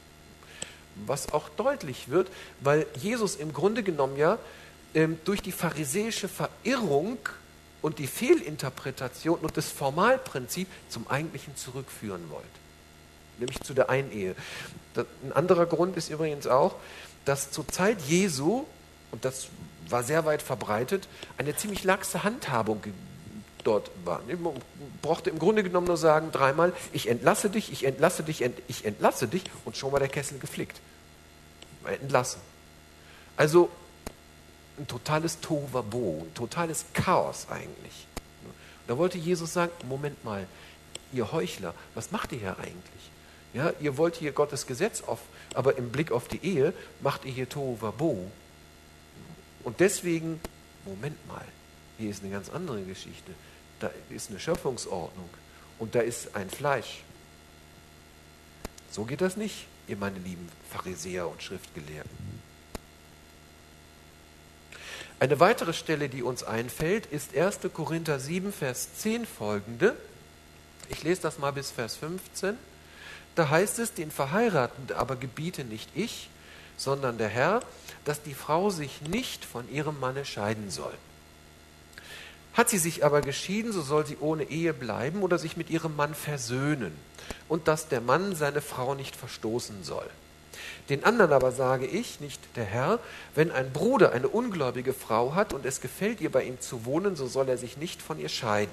Was auch deutlich wird, weil Jesus im Grunde genommen ja durch die pharisäische Verirrung und die Fehlinterpretation und das Formalprinzip zum Eigentlichen zurückführen wollte. Nämlich zu der Einehe. Ein anderer Grund ist übrigens auch, dass zur Zeit Jesu, und das war sehr weit verbreitet, eine ziemlich laxe Handhabung dort war. Man brauchte im Grunde genommen nur sagen, 3-mal, ich entlasse dich, ich entlasse dich, ich entlasse dich, und schon war der Kessel geflickt. Entlassen. Also ein totales Tohuwabohu, ein totales Chaos eigentlich. Da wollte Jesus sagen, Moment mal, ihr Heuchler, was macht ihr hier eigentlich? Ja, ihr wollt hier Gottes Gesetz aber im Blick auf die Ehe macht ihr hier Tohuwabohu. Und deswegen, Moment mal, hier ist eine ganz andere Geschichte. Da ist eine Schöpfungsordnung und da ist ein Fleisch. So geht das nicht, ihr meine lieben Pharisäer und Schriftgelehrten. Eine weitere Stelle, die uns einfällt, ist 1. Korinther 7, Vers 10 folgende. Ich lese das mal bis Vers 15. Da heißt es, den Verheirateten aber gebiete nicht ich, sondern der Herr, dass die Frau sich nicht von ihrem Manne scheiden soll. Hat sie sich aber geschieden, so soll sie ohne Ehe bleiben oder sich mit ihrem Mann versöhnen, und dass der Mann seine Frau nicht verstoßen soll. Den anderen aber sage ich, nicht der Herr, wenn ein Bruder eine ungläubige Frau hat und es gefällt ihr bei ihm zu wohnen, so soll er sich nicht von ihr scheiden.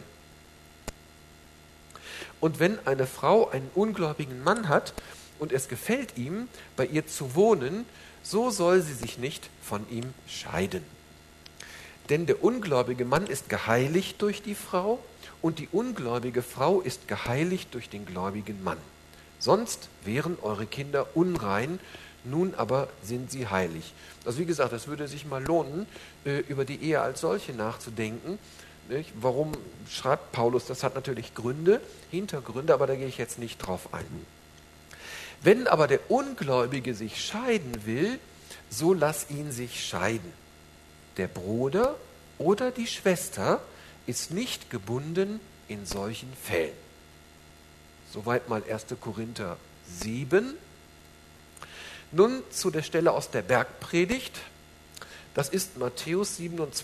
Und wenn eine Frau einen ungläubigen Mann hat und es gefällt ihm, bei ihr zu wohnen, so soll sie sich nicht von ihm scheiden. Denn der ungläubige Mann ist geheiligt durch die Frau und die ungläubige Frau ist geheiligt durch den gläubigen Mann. Sonst wären eure Kinder unrein, nun aber sind sie heilig. Also wie gesagt, es würde sich mal lohnen, über die Ehe als solche nachzudenken. Nicht? Warum schreibt Paulus? Das hat natürlich Gründe, Hintergründe, aber da gehe ich jetzt nicht drauf ein. Wenn aber der Ungläubige sich scheiden will, so lass ihn sich scheiden. Der Bruder oder die Schwester ist nicht gebunden in solchen Fällen. Soweit mal 1. Korinther 7. Nun zu der Stelle aus der Bergpredigt. Das ist Matthäus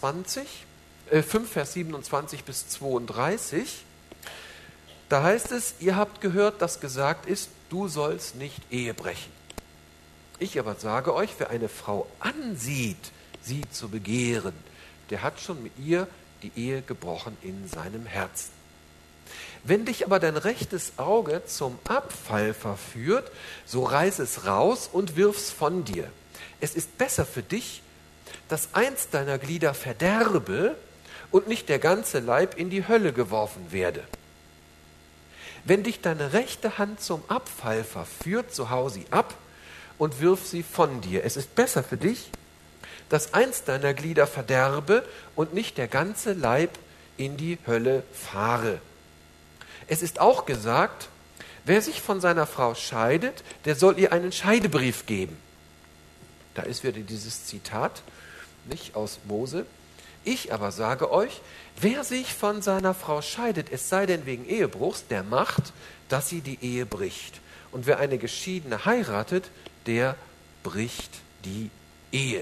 5, Vers 27 bis 32. Da heißt es, ihr habt gehört, dass gesagt ist, du sollst nicht Ehe brechen. Ich aber sage euch, wer eine Frau ansieht, sie zu begehren, der hat schon mit ihr die Ehe gebrochen in seinem Herzen. Wenn dich aber dein rechtes Auge zum Abfall verführt, so reiß es raus und wirf's von dir. Es ist besser für dich, dass eins deiner Glieder verderbe und nicht der ganze Leib in die Hölle geworfen werde. Wenn dich deine rechte Hand zum Abfall verführt, so hau sie ab und wirf sie von dir. Es ist besser für dich, dass eins deiner Glieder verderbe und nicht der ganze Leib in die Hölle fahre. Es ist auch gesagt, wer sich von seiner Frau scheidet, der soll ihr einen Scheidebrief geben. Da ist wieder dieses Zitat, nicht aus Mose. Ich aber sage euch, wer sich von seiner Frau scheidet, es sei denn wegen Ehebruchs, der macht, dass sie die Ehe bricht. Und wer eine Geschiedene heiratet, der bricht die Ehe.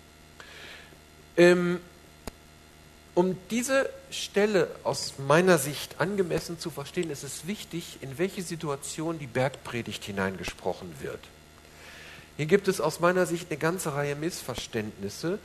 Um diese Stelle aus meiner Sicht angemessen zu verstehen, ist es wichtig, in welche Situation die Bergpredigt hineingesprochen wird. Hier gibt es aus meiner Sicht eine ganze Reihe Missverständnisse.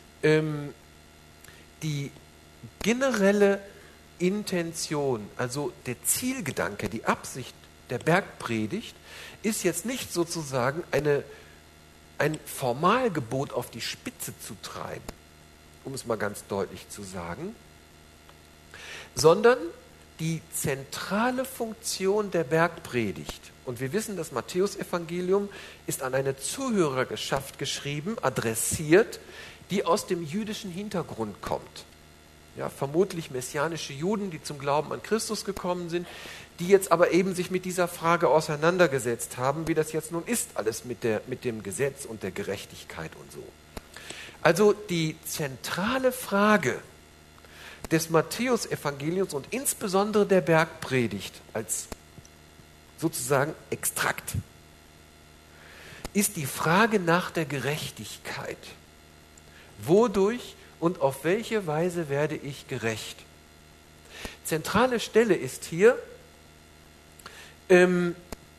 Die generelle Intention, also der Zielgedanke, die Absicht der Bergpredigt, ist jetzt nicht sozusagen ein Formalgebot auf die Spitze zu treiben, um es mal ganz deutlich zu sagen, sondern die zentrale Funktion der Bergpredigt. Und wir wissen, das Matthäusevangelium ist an eine Zuhörerschaft geschrieben, adressiert, die aus dem jüdischen Hintergrund kommt. Ja, vermutlich messianische Juden, die zum Glauben an Christus gekommen sind, die jetzt aber eben sich mit dieser Frage auseinandergesetzt haben, wie das jetzt nun ist, alles mit dem Gesetz und der Gerechtigkeit und so. Also die zentrale Frage des Matthäusevangeliums und insbesondere der Bergpredigt als sozusagen Extrakt ist die Frage nach der Gerechtigkeit. Wodurch und auf welche Weise werde ich gerecht? Zentrale Stelle ist hier, wenn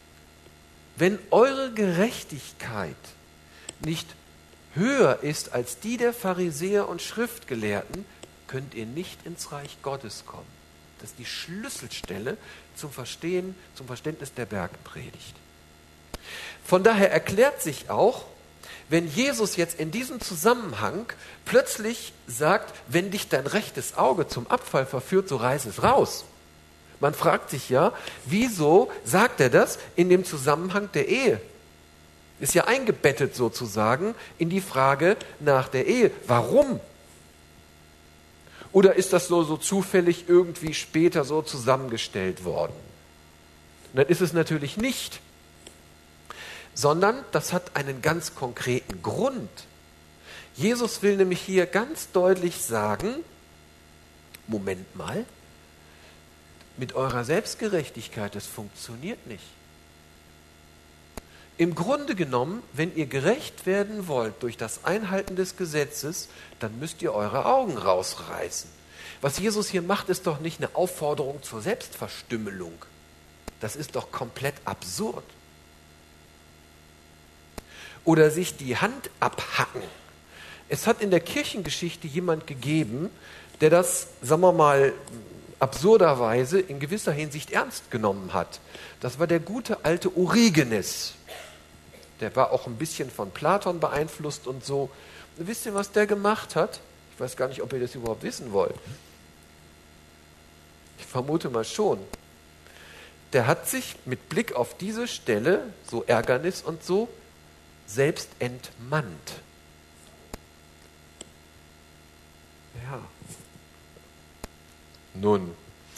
eure Gerechtigkeit nicht höher ist als die der Pharisäer und Schriftgelehrten, könnt ihr nicht ins Reich Gottes kommen. Das ist die Schlüsselstelle zum Verständnis der Bergpredigt. Von daher erklärt sich auch, wenn Jesus jetzt in diesem Zusammenhang plötzlich sagt, wenn dich dein rechtes Auge zum Abfall verführt, so reiß es raus. Man fragt sich ja, wieso sagt er das in dem Zusammenhang der Ehe? Ist ja eingebettet sozusagen in die Frage nach der Ehe. Warum? Oder ist das so zufällig irgendwie später so zusammengestellt worden? Und dann ist es natürlich nicht. Sondern das hat einen ganz konkreten Grund. Jesus will nämlich hier ganz deutlich sagen, Moment mal, mit eurer Selbstgerechtigkeit, das funktioniert nicht. Im Grunde genommen, wenn ihr gerecht werden wollt durch das Einhalten des Gesetzes, dann müsst ihr eure Augen rausreißen. Was Jesus hier macht, ist doch nicht eine Aufforderung zur Selbstverstümmelung. Das ist doch komplett absurd. Oder sich die Hand abhacken. Es hat in der Kirchengeschichte jemand gegeben, der das, sagen wir mal, absurderweise in gewisser Hinsicht ernst genommen hat. Das war der gute alte Origenes. Der war auch ein bisschen von Platon beeinflusst und so. Und wisst ihr, was der gemacht hat? Ich weiß gar nicht, ob ihr das überhaupt wissen wollt. Ich vermute mal schon. Der hat sich mit Blick auf diese Stelle, so Ärgernis und so, selbst entmannt. Ja. Nun,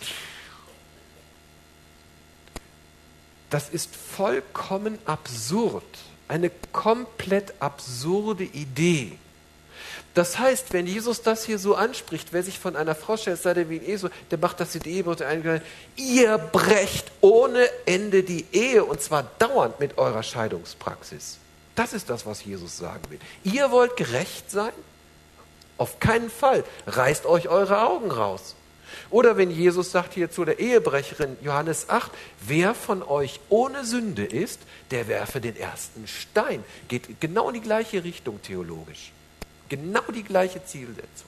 das ist vollkommen absurd. Eine komplett absurde Idee. Das heißt, wenn Jesus das hier so anspricht, wer sich von einer Frau schert, sei der wie ein Esel, der macht das in die Ehebruch eingegangen. Ihr brecht ohne Ende die Ehe und zwar dauernd mit eurer Scheidungspraxis. Das ist das, was Jesus sagen will. Ihr wollt gerecht sein? Auf keinen Fall. Reißt euch eure Augen raus. Oder wenn Jesus sagt hier zu der Ehebrecherin, Johannes 8, wer von euch ohne Sünde ist, der werfe den ersten Stein. Geht genau in die gleiche Richtung theologisch. Genau die gleiche Zielsetzung.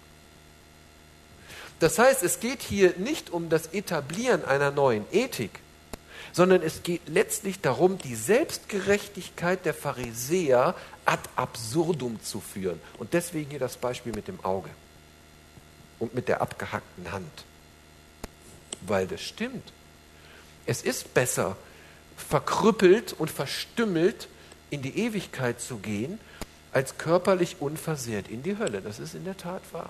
Das heißt, es geht hier nicht um das Etablieren einer neuen Ethik, sondern es geht letztlich darum, die Selbstgerechtigkeit der Pharisäer ad absurdum zu führen. Und deswegen hier das Beispiel mit dem Auge und mit der abgehackten Hand. Weil das stimmt. Es ist besser, verkrüppelt und verstümmelt in die Ewigkeit zu gehen, als körperlich unversehrt in die Hölle. Das ist in der Tat wahr.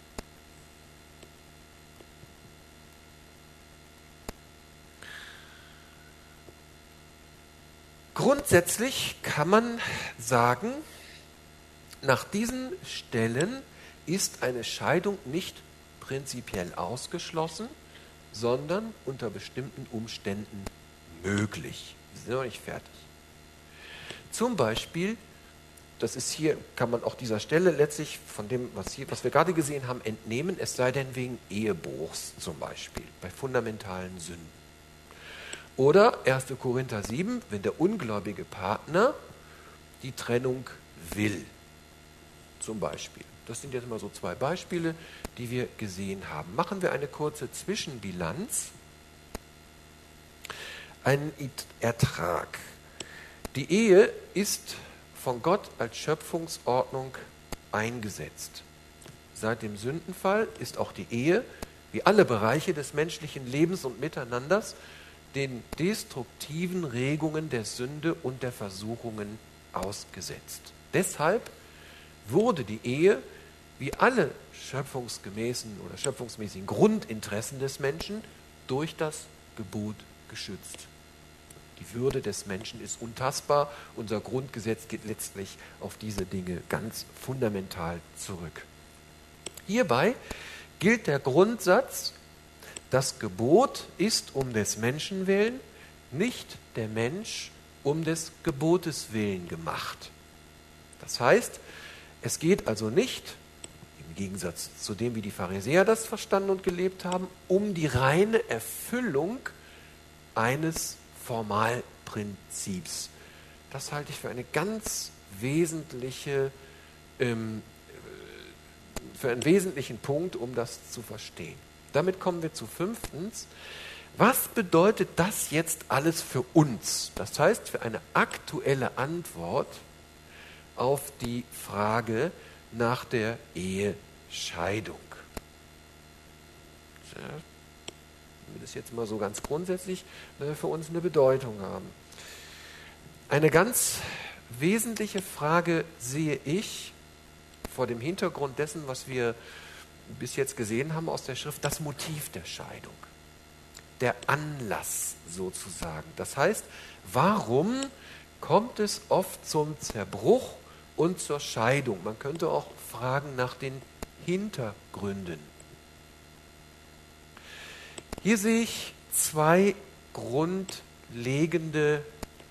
Grundsätzlich kann man sagen, nach diesen Stellen ist eine Scheidung nicht prinzipiell ausgeschlossen, sondern unter bestimmten Umständen möglich. Wir sind noch nicht fertig. Zum Beispiel, das ist hier, kann man auch dieser Stelle letztlich von dem, was wir gerade gesehen haben, entnehmen, es sei denn wegen Ehebruchs zum Beispiel, bei fundamentalen Sünden. Oder 1. Korinther 7, wenn der ungläubige Partner die Trennung will, zum Beispiel. Das sind jetzt mal so zwei Beispiele, die wir gesehen haben. Machen wir eine kurze Zwischenbilanz. Ein Ertrag. Die Ehe ist von Gott als Schöpfungsordnung eingesetzt. Seit dem Sündenfall ist auch die Ehe, wie alle Bereiche des menschlichen Lebens und Miteinanders, den destruktiven Regungen der Sünde und der Versuchungen ausgesetzt. Deshalb wurde die Ehe, wie alle schöpfungsgemäßen oder schöpfungsmäßigen Grundinteressen des Menschen, durch das Gebot geschützt. Die Würde des Menschen ist untastbar. Unser Grundgesetz geht letztlich auf diese Dinge ganz fundamental zurück. Hierbei gilt der Grundsatz, das Gebot ist um des Menschen willen, nicht der Mensch um des Gebotes willen gemacht. Das heißt, es geht also nicht, im Gegensatz zu dem, wie die Pharisäer das verstanden und gelebt haben, um die reine Erfüllung eines Formalprinzips. Das halte ich für eine ganz wesentliche, für einen wesentlichen Punkt, um das zu verstehen. Damit kommen wir zu 5. Was bedeutet das jetzt alles für uns? Das heißt, für eine aktuelle Antwort auf die Frage nach der Ehescheidung. Ja, wenn wir das jetzt mal so ganz grundsätzlich für uns eine Bedeutung haben. Eine ganz wesentliche Frage sehe ich vor dem Hintergrund dessen, was wir bis jetzt gesehen haben aus der Schrift, das Motiv der Scheidung. Der Anlass sozusagen. Das heißt, warum kommt es oft zum Zerbruch und zur Scheidung. Man könnte auch fragen nach den Hintergründen. Hier sehe ich zwei grundlegende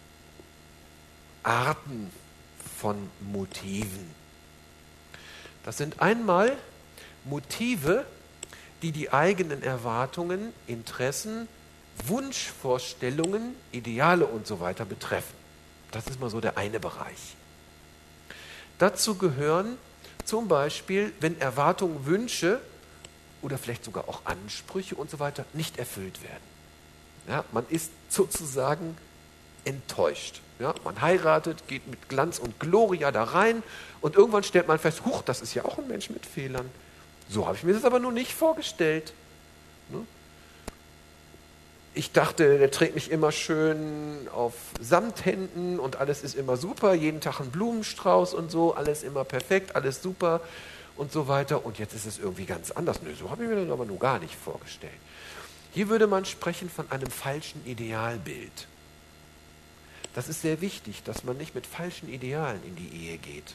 Arten von Motiven. Das sind einmal Motive, die die eigenen Erwartungen, Interessen, Wunschvorstellungen, Ideale und so weiter betreffen. Das ist mal so der eine Bereich. Dazu gehören zum Beispiel, wenn Erwartungen, Wünsche oder vielleicht sogar auch Ansprüche und so weiter nicht erfüllt werden. Ja, man ist sozusagen enttäuscht. Ja, man heiratet, geht mit Glanz und Gloria da rein und irgendwann stellt man fest, huch, das ist ja auch ein Mensch mit Fehlern. So habe ich mir das aber nur nicht vorgestellt. Ne? Ich dachte, der trägt mich immer schön auf Samthänden und alles ist immer super, jeden Tag ein Blumenstrauß und so, alles immer perfekt, alles super und so weiter. Und jetzt ist es irgendwie ganz anders. Nö, so habe ich mir das aber nur gar nicht vorgestellt. Hier würde man sprechen von einem falschen Idealbild. Das ist sehr wichtig, dass man nicht mit falschen Idealen in die Ehe geht.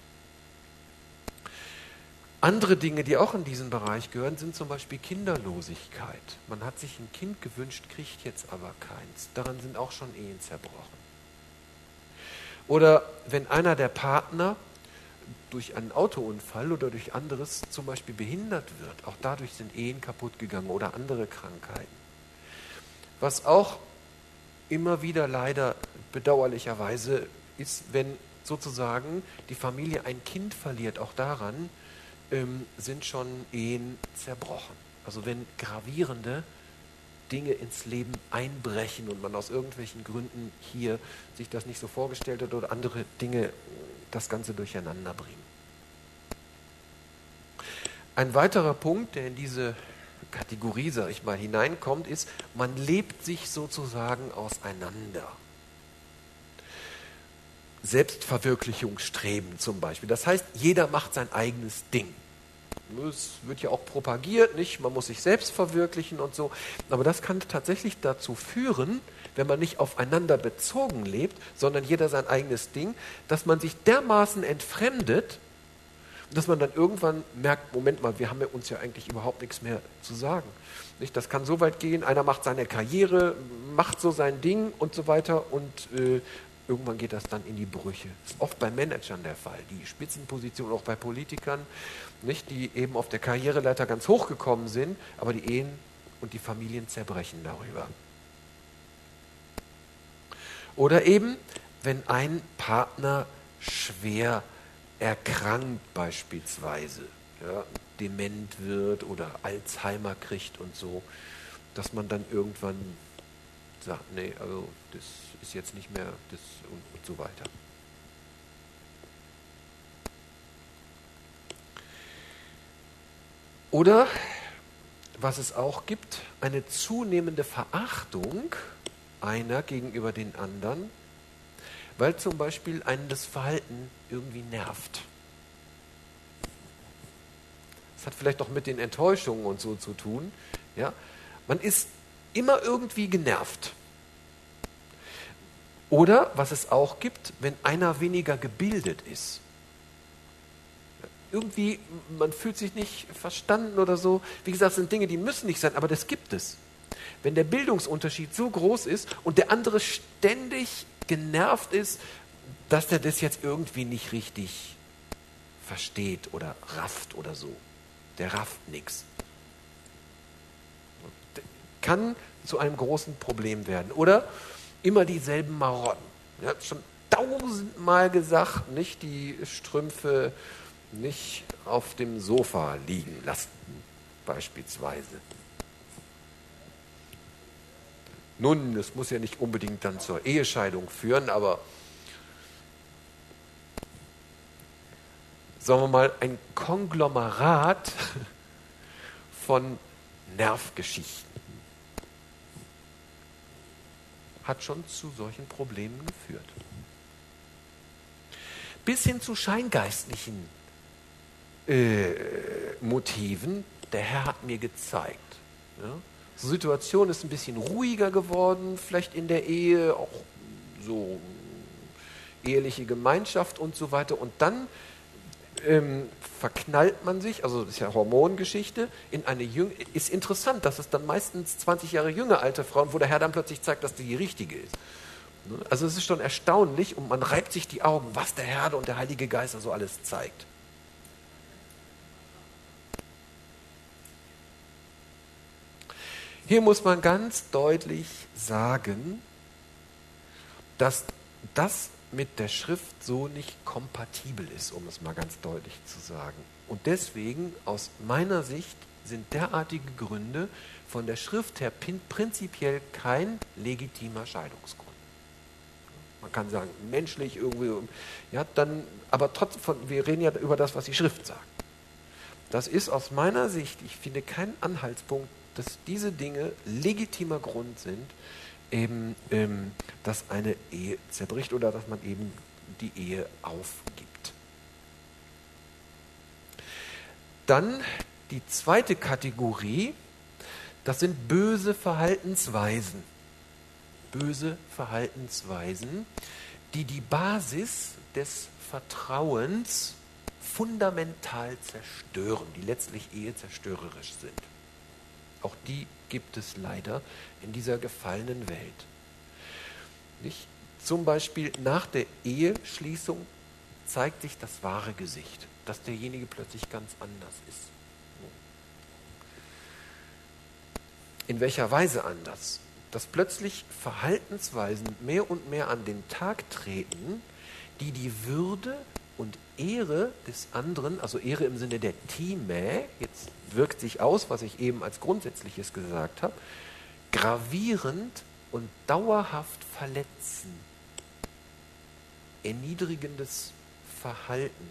Andere Dinge, die auch in diesen Bereich gehören, sind zum Beispiel Kinderlosigkeit. Man hat sich ein Kind gewünscht, kriegt jetzt aber keins. Daran sind auch schon Ehen zerbrochen. Oder wenn einer der Partner durch einen Autounfall oder durch anderes zum Beispiel behindert wird, auch dadurch sind Ehen kaputt gegangen oder andere Krankheiten. Was auch immer wieder leider bedauerlicherweise ist, wenn sozusagen die Familie ein Kind verliert, auch daran sind schon Ehen zerbrochen. Also wenn gravierende Dinge ins Leben einbrechen und man aus irgendwelchen Gründen hier sich das nicht so vorgestellt hat oder andere Dinge das Ganze durcheinander bringen. Ein weiterer Punkt, der in diese Kategorie, sage ich mal, hineinkommt, ist, man lebt sich sozusagen auseinander. Selbstverwirklichungsstreben zum Beispiel. Das heißt, jeder macht sein eigenes Ding. Es wird ja auch propagiert, nicht? Man muss sich selbst verwirklichen und so. Aber das kann tatsächlich dazu führen, wenn man nicht aufeinander bezogen lebt, sondern jeder sein eigenes Ding, dass man sich dermaßen entfremdet, dass man dann irgendwann merkt, Moment mal, wir haben ja uns ja eigentlich überhaupt nichts mehr zu sagen. Nicht? Das kann so weit gehen, einer macht seine Karriere, macht so sein Ding und so weiter und irgendwann geht das dann in die Brüche. Das ist oft bei Managern der Fall, die Spitzenposition, auch bei Politikern, nicht, die eben auf der Karriereleiter ganz hoch gekommen sind, aber die Ehen und die Familien zerbrechen darüber. Oder eben, wenn ein Partner schwer erkrankt beispielsweise, ja, dement wird oder Alzheimer kriegt und so, dass man dann irgendwann sagt, nee, also das ist jetzt nicht mehr das und so weiter. Oder, was es auch gibt, eine zunehmende Verachtung einer gegenüber den anderen, weil zum Beispiel einen das Verhalten irgendwie nervt. Das hat vielleicht auch mit den Enttäuschungen und so zu tun. Ja? Man ist immer irgendwie genervt. Oder, was es auch gibt, wenn einer weniger gebildet ist. Irgendwie, man fühlt sich nicht verstanden oder so. Wie gesagt, das sind Dinge, die müssen nicht sein, aber das gibt es. Wenn der Bildungsunterschied so groß ist und der andere ständig genervt ist, dass der das jetzt irgendwie nicht richtig versteht oder rafft oder so. Der rafft nichts. Kann zu einem großen Problem werden. Oder immer dieselben Marotten. Ich habe schon 1000-mal gesagt, nicht die Strümpfe nicht auf dem Sofa liegen lassen, beispielsweise. Nun, das muss ja nicht unbedingt dann zur Ehescheidung führen, aber sagen wir mal, ein Konglomerat von Nervgeschichten hat schon zu solchen Problemen geführt. Bis hin zu scheingeistlichen Motiven. Der Herr hat mir gezeigt. Ja? Die Situation ist ein bisschen ruhiger geworden, vielleicht in der Ehe, auch so eheliche Gemeinschaft und so weiter. Und dann verknallt man sich, also das ist ja Hormongeschichte, in eine ist interessant, dass es dann meistens 20 Jahre jünger alte Frauen, wo der Herr dann plötzlich zeigt, dass die richtige ist. Also es ist schon erstaunlich und man reibt sich die Augen, was der Herr und der Heilige Geist also alles zeigt. Hier muss man ganz deutlich sagen, dass das mit der Schrift so nicht kompatibel ist, um es mal ganz deutlich zu sagen. Und deswegen, aus meiner Sicht, sind derartige Gründe von der Schrift her prinzipiell kein legitimer Scheidungsgrund. Man kann sagen, menschlich irgendwie, ja, dann, aber trotzdem, wir reden ja über das, was die Schrift sagt. Das ist aus meiner Sicht, ich finde, kein Anhaltspunkt, dass diese Dinge legitimer Grund sind, eben, dass eine Ehe zerbricht oder dass man eben die Ehe aufgibt. Dann die zweite Kategorie, das sind böse Verhaltensweisen. Böse Verhaltensweisen, die die Basis des Vertrauens fundamental zerstören, die letztlich ehezerstörerisch sind. Auch die gibt es leider in dieser gefallenen Welt. Nicht? Zum Beispiel nach der Eheschließung zeigt sich das wahre Gesicht, dass derjenige plötzlich ganz anders ist. In welcher Weise anders? Dass plötzlich Verhaltensweisen mehr und mehr an den Tag treten, die die Würde und Ehre des anderen, also Ehre im Sinne der Time, jetzt wirkt sich aus, was ich eben als Grundsätzliches gesagt habe, gravierend und dauerhaft verletzen. Erniedrigendes Verhalten.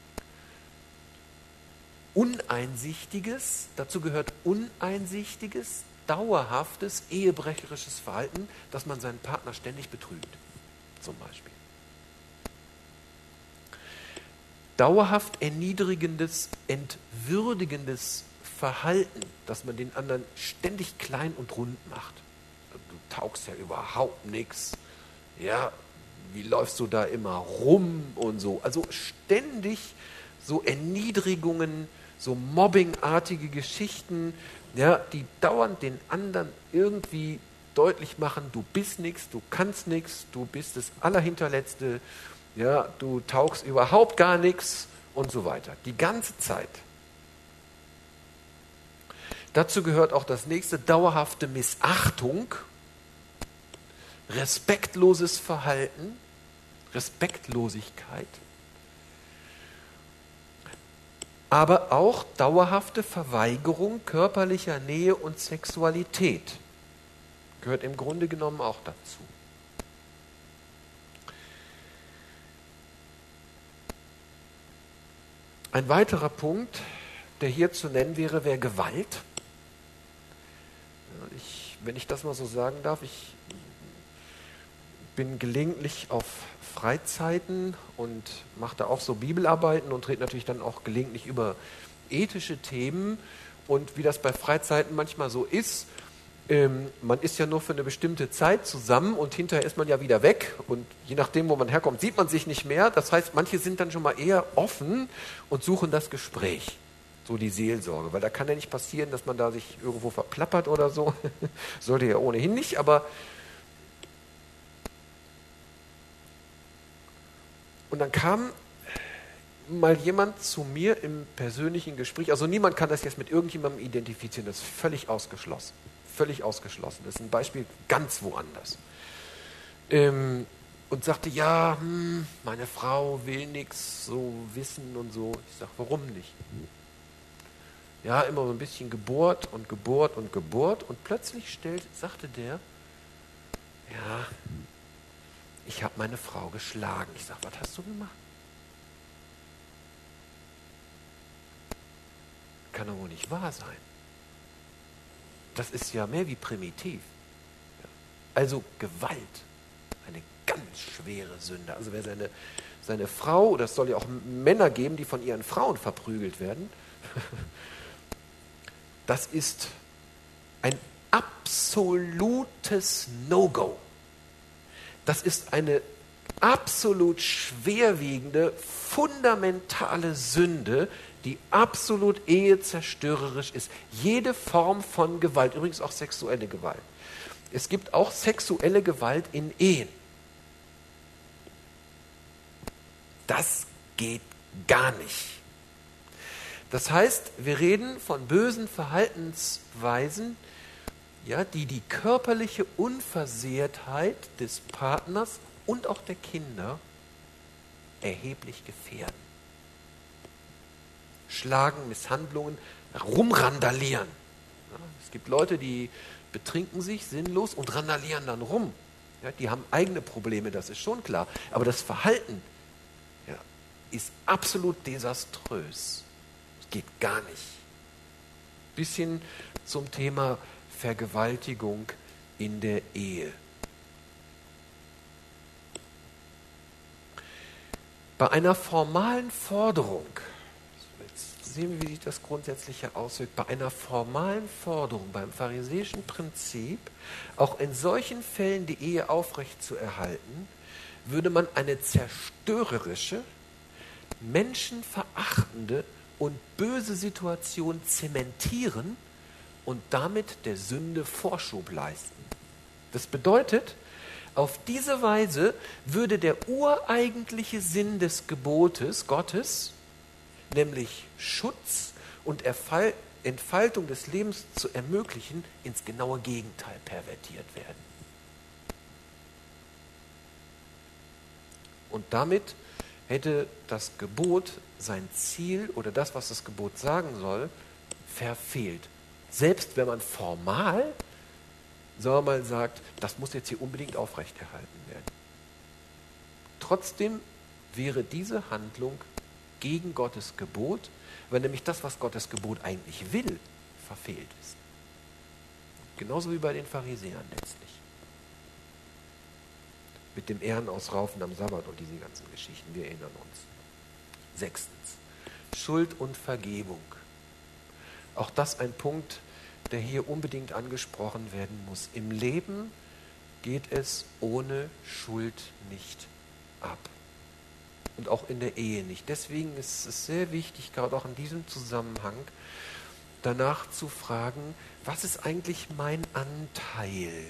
Uneinsichtiges, dazu gehört uneinsichtiges, dauerhaftes, ehebrecherisches Verhalten, dass man seinen Partner ständig betrügt, zum Beispiel. Dauerhaft erniedrigendes, entwürdigendes Verhalten, dass man den anderen ständig klein und rund macht. Du taugst ja überhaupt nichts. Ja, wie läufst du da immer rum und so. Also ständig so Erniedrigungen, so mobbingartige Geschichten, ja, die dauernd den anderen irgendwie deutlich machen, du bist nichts, du kannst nichts, du bist das Allerhinterletzte, ja, du taugst überhaupt gar nichts und so weiter. Die ganze Zeit. Dazu gehört auch das nächste, dauerhafte Missachtung, respektloses Verhalten, Respektlosigkeit, aber auch dauerhafte Verweigerung körperlicher Nähe und Sexualität. Gehört im Grunde genommen auch dazu. Ein weiterer Punkt, der hier zu nennen wäre Gewalt. Wenn ich das mal so sagen darf, ich bin gelegentlich auf Freizeiten und mache da auch so Bibelarbeiten und rede natürlich dann auch gelegentlich über ethische Themen. Und wie das bei Freizeiten manchmal so ist, man ist ja nur für eine bestimmte Zeit zusammen und hinterher ist man ja wieder weg. Und je nachdem, wo man herkommt, sieht man sich nicht mehr. Das heißt, manche sind dann schon mal eher offen und suchen das Gespräch. So die Seelsorge. Weil da kann ja nicht passieren, dass man da sich irgendwo verplappert oder so. Sollte ja ohnehin nicht, aber und dann kam mal jemand zu mir im persönlichen Gespräch, also niemand kann das jetzt mit irgendjemandem identifizieren, das ist völlig ausgeschlossen. Völlig ausgeschlossen. Das ist ein Beispiel ganz woanders. Und sagte, ja, meine Frau will nichts so wissen und so. Ich sage, warum nicht? Ja, immer so ein bisschen gebohrt und gebohrt und gebohrt und plötzlich sagte der, ja, ich habe meine Frau geschlagen. Ich sage, was hast du gemacht? Kann doch wohl nicht wahr sein. Das ist ja mehr wie primitiv. Also Gewalt, eine ganz schwere Sünde. Also wer seine Frau, oder es soll ja auch Männer geben, die von ihren Frauen verprügelt werden, das ist ein absolutes No-Go. Das ist eine absolut schwerwiegende, fundamentale Sünde, die absolut ehezerstörerisch ist. Jede Form von Gewalt, übrigens auch sexuelle Gewalt. Es gibt auch sexuelle Gewalt in Ehen. Das geht gar nicht. Das heißt, wir reden von bösen Verhaltensweisen, ja, die die körperliche Unversehrtheit des Partners und auch der Kinder erheblich gefährden. Schlagen, Misshandlungen, rumrandalieren. Ja, es gibt Leute, die betrinken sich sinnlos und randalieren dann rum. Ja, die haben eigene Probleme, das ist schon klar. Aber das Verhalten, ja, ist absolut desaströs. Es geht gar nicht. Bis hin zum Thema Vergewaltigung in der Ehe. Bei einer formalen Forderung, jetzt sehen wir, wie sich das grundsätzlich auswirkt, bei einer formalen Forderung, beim pharisäischen Prinzip, auch in solchen Fällen die Ehe aufrechtzuerhalten, würde man eine zerstörerische, menschenverachtende und böse Situation zementieren und damit der Sünde Vorschub leisten. Das bedeutet, auf diese Weise würde der ureigentliche Sinn des Gebotes Gottes, nämlich Schutz und Entfaltung des Lebens zu ermöglichen, ins genaue Gegenteil pervertiert werden. Und damit hätte das Gebot sein Ziel oder das, was das Gebot sagen soll, verfehlt. Selbst wenn man formal, sagen wir mal, sagt, das muss jetzt hier unbedingt aufrechterhalten werden. Trotzdem wäre diese Handlung gegen Gottes Gebot, weil nämlich das, was Gottes Gebot eigentlich will, verfehlt ist. Genauso wie bei den Pharisäern letztlich. Mit dem Ehrenausraufen am Sabbat und diese ganzen Geschichten, wir erinnern uns. 6. Schuld und Vergebung. Auch das ein Punkt, der hier unbedingt angesprochen werden muss. Im Leben geht es ohne Schuld nicht ab. Und auch in der Ehe nicht. Deswegen ist es sehr wichtig, gerade auch in diesem Zusammenhang, danach zu fragen, was ist eigentlich mein Anteil?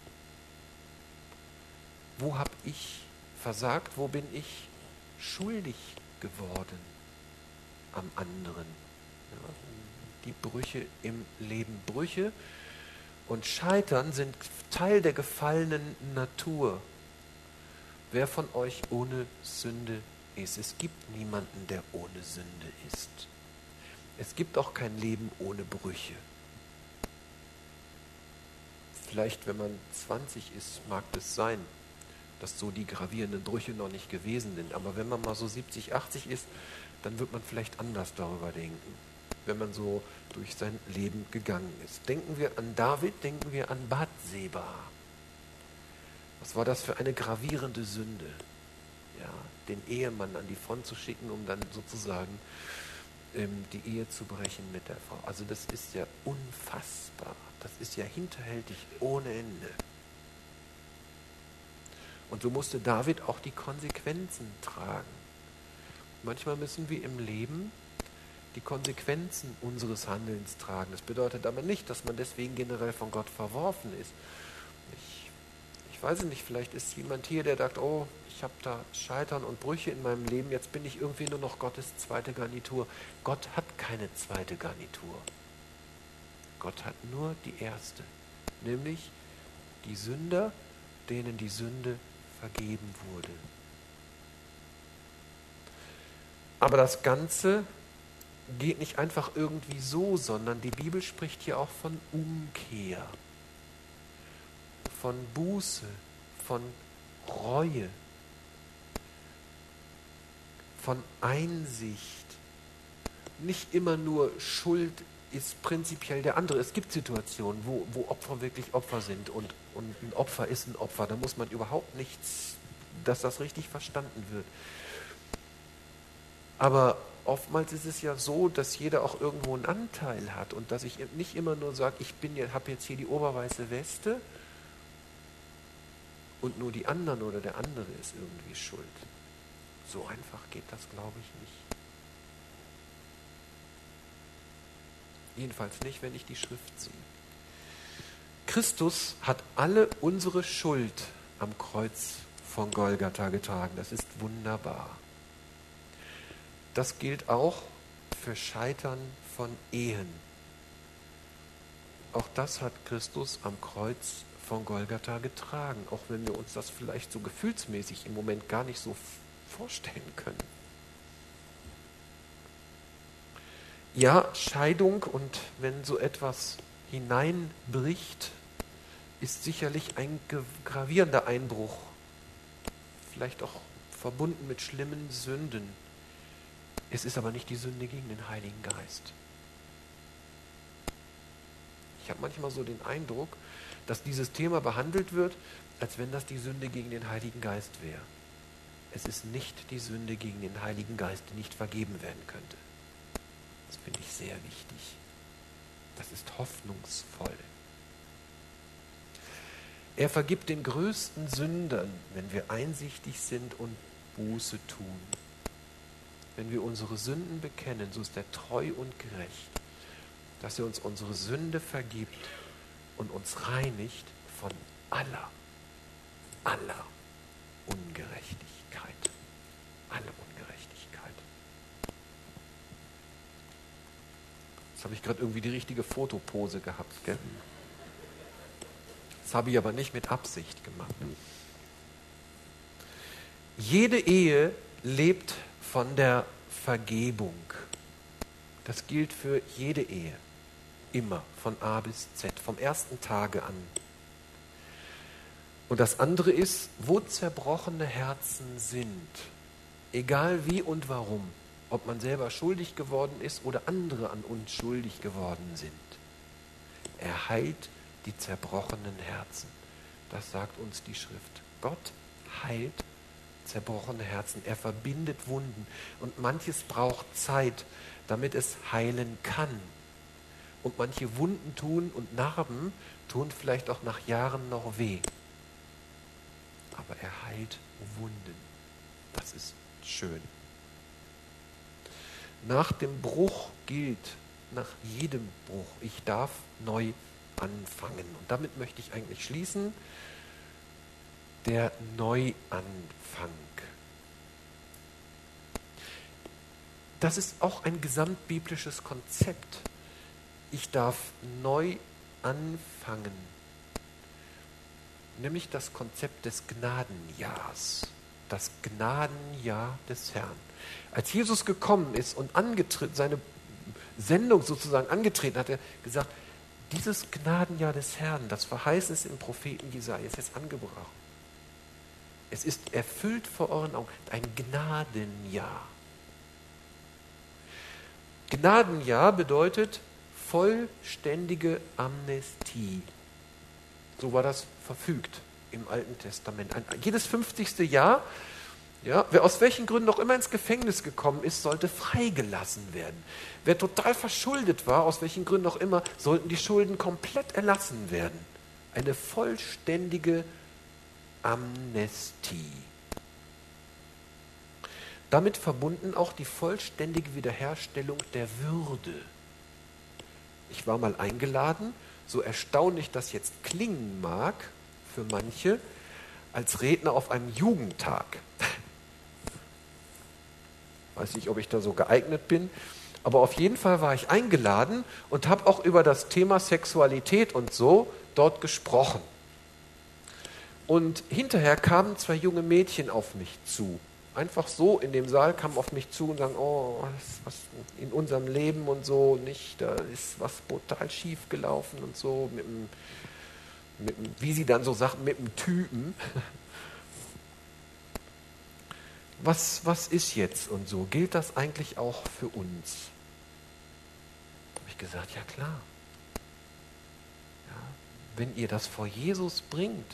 Wo habe ich versagt? Wo bin ich schuldig geworden am anderen? Ja, die Brüche im Leben. Brüche und Scheitern sind Teil der gefallenen Natur. Wer von euch ohne Sünde ist? Es gibt niemanden, der ohne Sünde ist. Es gibt auch kein Leben ohne Brüche. Vielleicht, wenn man 20 ist, mag es sein, dass so die gravierenden Brüche noch nicht gewesen sind. Aber wenn man mal so 70, 80 ist, dann wird man vielleicht anders darüber denken, wenn man so durch sein Leben gegangen ist. Denken wir an David, denken wir an Bathseba. Was war das für eine gravierende Sünde? Ja, den Ehemann an die Front zu schicken, um dann sozusagen die Ehe zu brechen mit der Frau. Also das ist ja unfassbar. Das ist ja hinterhältig ohne Ende. Und so musste David auch die Konsequenzen tragen. Manchmal müssen wir im Leben die Konsequenzen unseres Handelns tragen. Das bedeutet aber nicht, dass man deswegen generell von Gott verworfen ist. Ich weiß nicht, vielleicht ist jemand hier, der sagt, oh, ich habe da Scheitern und Brüche in meinem Leben, jetzt bin ich irgendwie nur noch Gottes zweite Garnitur. Gott hat keine zweite Garnitur. Gott hat nur die erste, nämlich die Sünder, denen die Sünde vergeben wurde. Aber das Ganze geht nicht einfach irgendwie so, sondern die Bibel spricht hier auch von Umkehr, von Buße, von Reue, von Einsicht. Nicht immer nur Schuld ist prinzipiell der andere. Es gibt Situationen, wo Opfer wirklich Opfer sind und ein Opfer ist ein Opfer. Da muss man überhaupt nichts, dass das richtig verstanden wird. Aber oftmals ist es ja so, dass jeder auch irgendwo einen Anteil hat und dass ich nicht immer nur sage, habe jetzt hier die oberweiße Weste und nur die anderen oder der andere ist irgendwie schuld. So einfach geht das, glaube ich, nicht. Jedenfalls nicht, wenn ich die Schrift sehe. Christus hat alle unsere Schuld am Kreuz von Golgatha getragen. Das ist wunderbar. Das gilt auch für Scheitern von Ehen. Auch das hat Christus am Kreuz von Golgatha getragen, auch wenn wir uns das vielleicht so gefühlsmäßig im Moment gar nicht so vorstellen können. Ja, Scheidung und wenn so etwas hineinbricht, ist sicherlich ein gravierender Einbruch, vielleicht auch verbunden mit schlimmen Sünden. Es ist aber nicht die Sünde gegen den Heiligen Geist. Ich habe manchmal so den Eindruck, dass dieses Thema behandelt wird, als wenn das die Sünde gegen den Heiligen Geist wäre. Es ist nicht die Sünde gegen den Heiligen Geist, die nicht vergeben werden könnte. Das finde ich sehr wichtig. Das ist hoffnungsvoll. Er vergibt den größten Sündern, wenn wir einsichtig sind und Buße tun. Wenn wir unsere Sünden bekennen, so ist er treu und gerecht, dass er uns unsere Sünde vergibt und uns reinigt von aller Ungerechtigkeit. Alle Ungerechtigkeit. Jetzt habe ich gerade irgendwie die richtige Fotopose gehabt, gell? Das habe ich aber nicht mit Absicht gemacht. Jede Ehe lebt von der Vergebung. Das gilt für jede Ehe. Immer, von A bis Z, vom ersten Tage an. Und das andere ist, wo zerbrochene Herzen sind, egal wie und warum, ob man selber schuldig geworden ist oder andere an uns schuldig geworden sind. Er heilt die zerbrochenen Herzen. Das sagt uns die Schrift. Gott heilt zerbrochene Herzen. Er verbindet Wunden. Und manches braucht Zeit, damit es heilen kann. Und manche Wunden tun und Narben tun vielleicht auch nach Jahren noch weh. Aber er heilt Wunden. Das ist schön. Nach dem Bruch gilt, nach jedem Bruch, ich darf neu anfangen. Und damit möchte ich eigentlich schließen. Der Neuanfang. Das ist auch ein gesamtbiblisches Konzept. Ich darf neu anfangen. Nämlich das Konzept des Gnadenjahrs. Das Gnadenjahr des Herrn. Als Jesus gekommen ist und seine Sendung sozusagen angetreten hat, er gesagt, dieses Gnadenjahr des Herrn, das verheißen ist im Propheten Jesaja, ist jetzt angebracht. Es ist erfüllt vor euren Augen. Ein Gnadenjahr. Gnadenjahr bedeutet vollständige Amnestie. So war das verfügt im Alten Testament. Jedes 50. Jahr, ja, wer aus welchen Gründen auch immer ins Gefängnis gekommen ist, sollte freigelassen werden. Wer total verschuldet war, aus welchen Gründen auch immer, sollten die Schulden komplett erlassen werden. Eine vollständige Amnestie. Damit verbunden auch die vollständige Wiederherstellung der Würde. Ich war mal eingeladen, so erstaunlich das jetzt klingen mag für manche, als Redner auf einem Jugendtag. Weiß nicht, ob ich da so geeignet bin, aber auf jeden Fall war ich eingeladen und habe auch über das Thema Sexualität und so dort gesprochen. Und hinterher kamen 2 junge Mädchen auf mich zu. Einfach so in dem Saal kamen auf mich zu und sagen, oh, was in unserem Leben und so nicht, da ist was brutal schief gelaufen und so, wie sie dann so sagten, mit dem Typen. Was ist jetzt und so? Gilt das eigentlich auch für uns? Habe ich gesagt, ja klar. Ja, wenn ihr das vor Jesus bringt,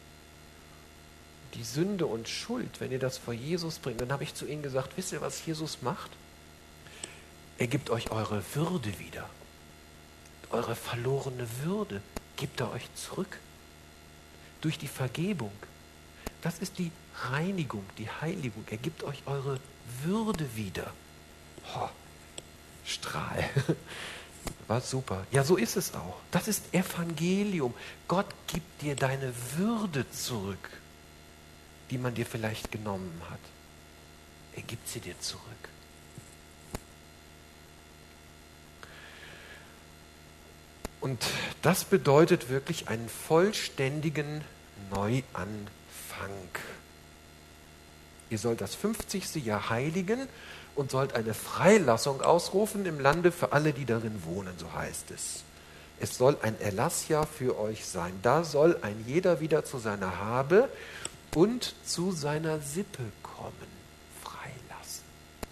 die Sünde und Schuld, wenn ihr das vor Jesus bringt, dann habe ich zu ihnen gesagt, wisst ihr, was Jesus macht? Er gibt euch eure Würde wieder. Eure verlorene Würde gibt er euch zurück. Durch die Vergebung. Das ist die Reinigung, die Heiligung. Er gibt euch eure Würde wieder. Oh, Strahl. War super. Ja, so ist es auch. Das ist Evangelium. Gott gibt dir deine Würde zurück, die man dir vielleicht genommen hat. Er gibt sie dir zurück. Und das bedeutet wirklich einen vollständigen Neuanfang. Ihr sollt das 50. Jahr heiligen und sollt eine Freilassung ausrufen im Lande für alle, die darin wohnen, so heißt es. Es soll ein Erlassjahr für euch sein. Da soll ein jeder wieder zu seiner Habe und zu seiner Sippe kommen. Freilassen.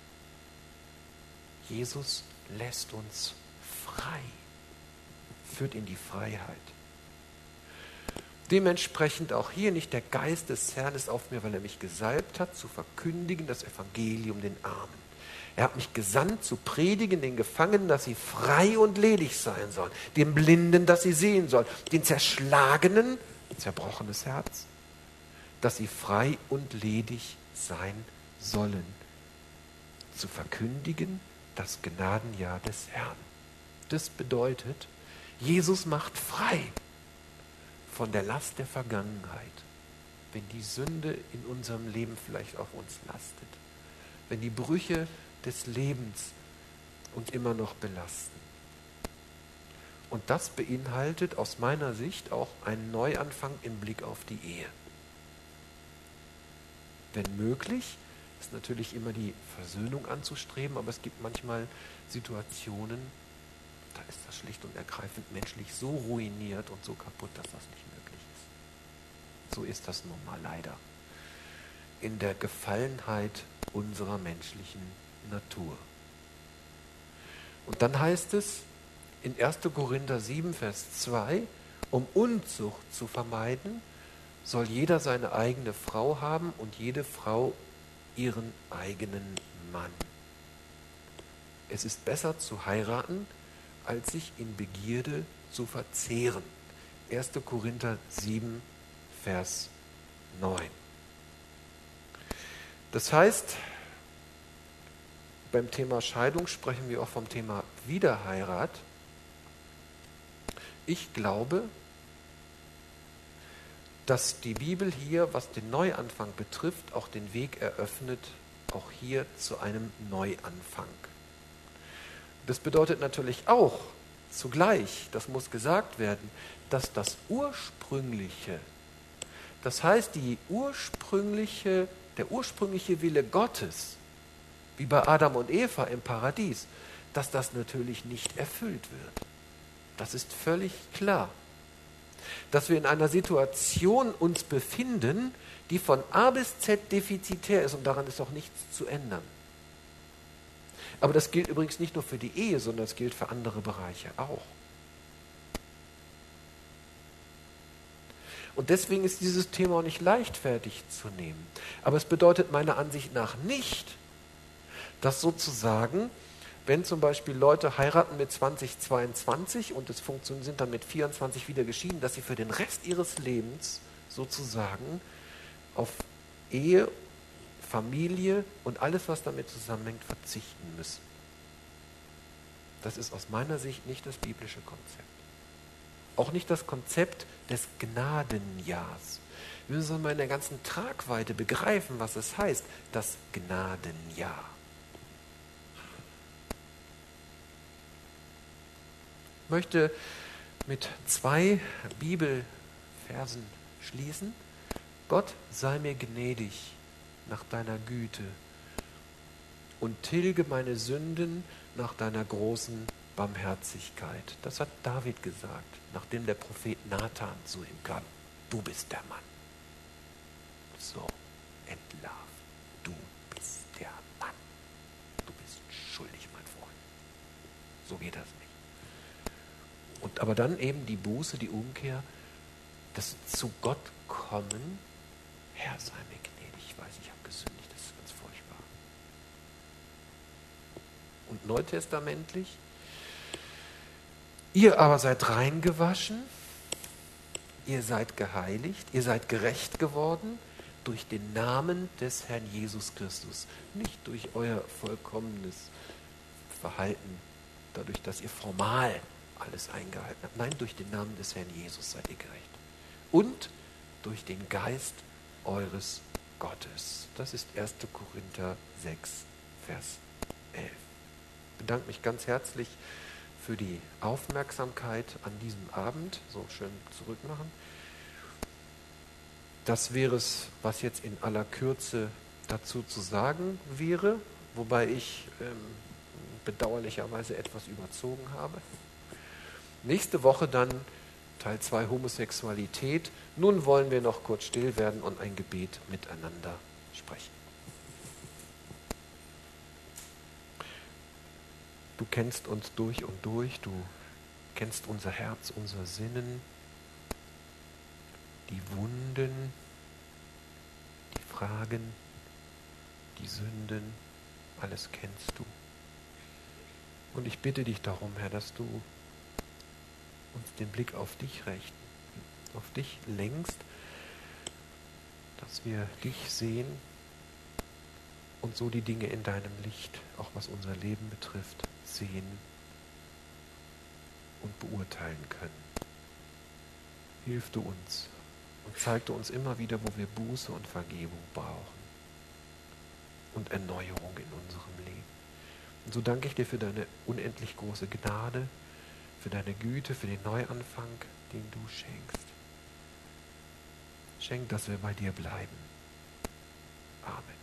Jesus lässt uns frei, führt in die Freiheit. Dementsprechend auch hier nicht der Geist des Herrn ist auf mir, weil er mich gesalbt hat, zu verkündigen das Evangelium den Armen. Er hat mich gesandt, zu predigen den Gefangenen, dass sie frei und ledig sein sollen, den Blinden, dass sie sehen sollen, den Zerschlagenen, zerbrochenes Herz, dass sie frei und ledig sein sollen, zu verkündigen das Gnadenjahr des Herrn. Das bedeutet, Jesus macht frei von der Last der Vergangenheit, wenn die Sünde in unserem Leben vielleicht auf uns lastet, wenn die Brüche des Lebens uns immer noch belasten. Und das beinhaltet aus meiner Sicht auch einen Neuanfang im Blick auf die Ehe. Wenn möglich, ist natürlich immer die Versöhnung anzustreben, aber es gibt manchmal Situationen, da ist das schlicht und ergreifend menschlich so ruiniert und so kaputt, dass das nicht möglich ist. So ist das nun mal leider. In der Gefallenheit unserer menschlichen Natur. Und dann heißt es in 1. Korinther 7, Vers 2, um Unzucht zu vermeiden, soll jeder seine eigene Frau haben und jede Frau ihren eigenen Mann. Es ist besser zu heiraten, als sich in Begierde zu verzehren. 1. Korinther 7, Vers 9. Das heißt, beim Thema Scheidung sprechen wir auch vom Thema Wiederheirat. Ich glaube, dass die Bibel hier, was den Neuanfang betrifft, auch den Weg eröffnet, auch hier zu einem Neuanfang. Das bedeutet natürlich auch zugleich, das muss gesagt werden, dass das Ursprüngliche, das heißt der ursprüngliche Wille Gottes, wie bei Adam und Eva im Paradies, dass das natürlich nicht erfüllt wird. Das ist völlig klar. Dass wir in einer Situation uns befinden, die von A bis Z defizitär ist und daran ist auch nichts zu ändern. Aber das gilt übrigens nicht nur für die Ehe, sondern das gilt für andere Bereiche auch. Und deswegen ist dieses Thema auch nicht leichtfertig zu nehmen. Aber es bedeutet meiner Ansicht nach nicht, dass sozusagen, wenn zum Beispiel Leute heiraten mit 20, 22 und sind dann mit 24 wieder geschieden, dass sie für den Rest ihres Lebens sozusagen auf Ehe, Familie und alles, was damit zusammenhängt, verzichten müssen. Das ist aus meiner Sicht nicht das biblische Konzept. Auch nicht das Konzept des Gnadenjahrs. Wir müssen mal in der ganzen Tragweite begreifen, was es heißt, das Gnadenjahr. Ich möchte mit 2 Bibelversen schließen. Gott sei mir gnädig nach deiner Güte und tilge meine Sünden nach deiner großen Barmherzigkeit. Das hat David gesagt, nachdem der Prophet Nathan zu ihm kam. Du bist der Mann. So, entlarvt. Du bist der Mann. Du bist schuldig, mein Freund. So geht das nicht. Aber dann eben die Buße, die Umkehr, das zu Gott kommen. Herr, sei mir gnädig. Ich weiß, ich habe gesündigt. Das ist ganz furchtbar. Und neutestamentlich, ihr aber seid reingewaschen, ihr seid geheiligt, ihr seid gerecht geworden, durch den Namen des Herrn Jesus Christus, nicht durch euer vollkommenes Verhalten, dadurch, dass ihr formal alles eingehalten habt. Nein, durch den Namen des Herrn Jesus seid ihr gerecht. Und durch den Geist eures Gottes. Das ist 1. Korinther 6, Vers 11. Ich bedanke mich ganz herzlich für die Aufmerksamkeit an diesem Abend. So schön zurückmachen. Das wäre es, was jetzt in aller Kürze dazu zu sagen wäre, wobei ich bedauerlicherweise etwas überzogen habe. Nächste Woche dann Teil 2 Homosexualität. Nun wollen wir noch kurz still werden und ein Gebet miteinander sprechen. Du kennst uns durch und durch, du kennst unser Herz, unser Sinnen, die Wunden, die Fragen, die Sünden, alles kennst du. Und ich bitte dich darum, Herr, dass du uns den Blick auf dich auf dich lenkst, dass wir dich sehen und so die Dinge in deinem Licht, auch was unser Leben betrifft, sehen und beurteilen können. Hilf du uns und zeig du uns immer wieder, wo wir Buße und Vergebung brauchen und Erneuerung in unserem Leben. Und so danke ich dir für deine unendlich große Gnade, für deine Güte, für den Neuanfang, den du schenkst. Schenk, dass wir bei dir bleiben. Amen.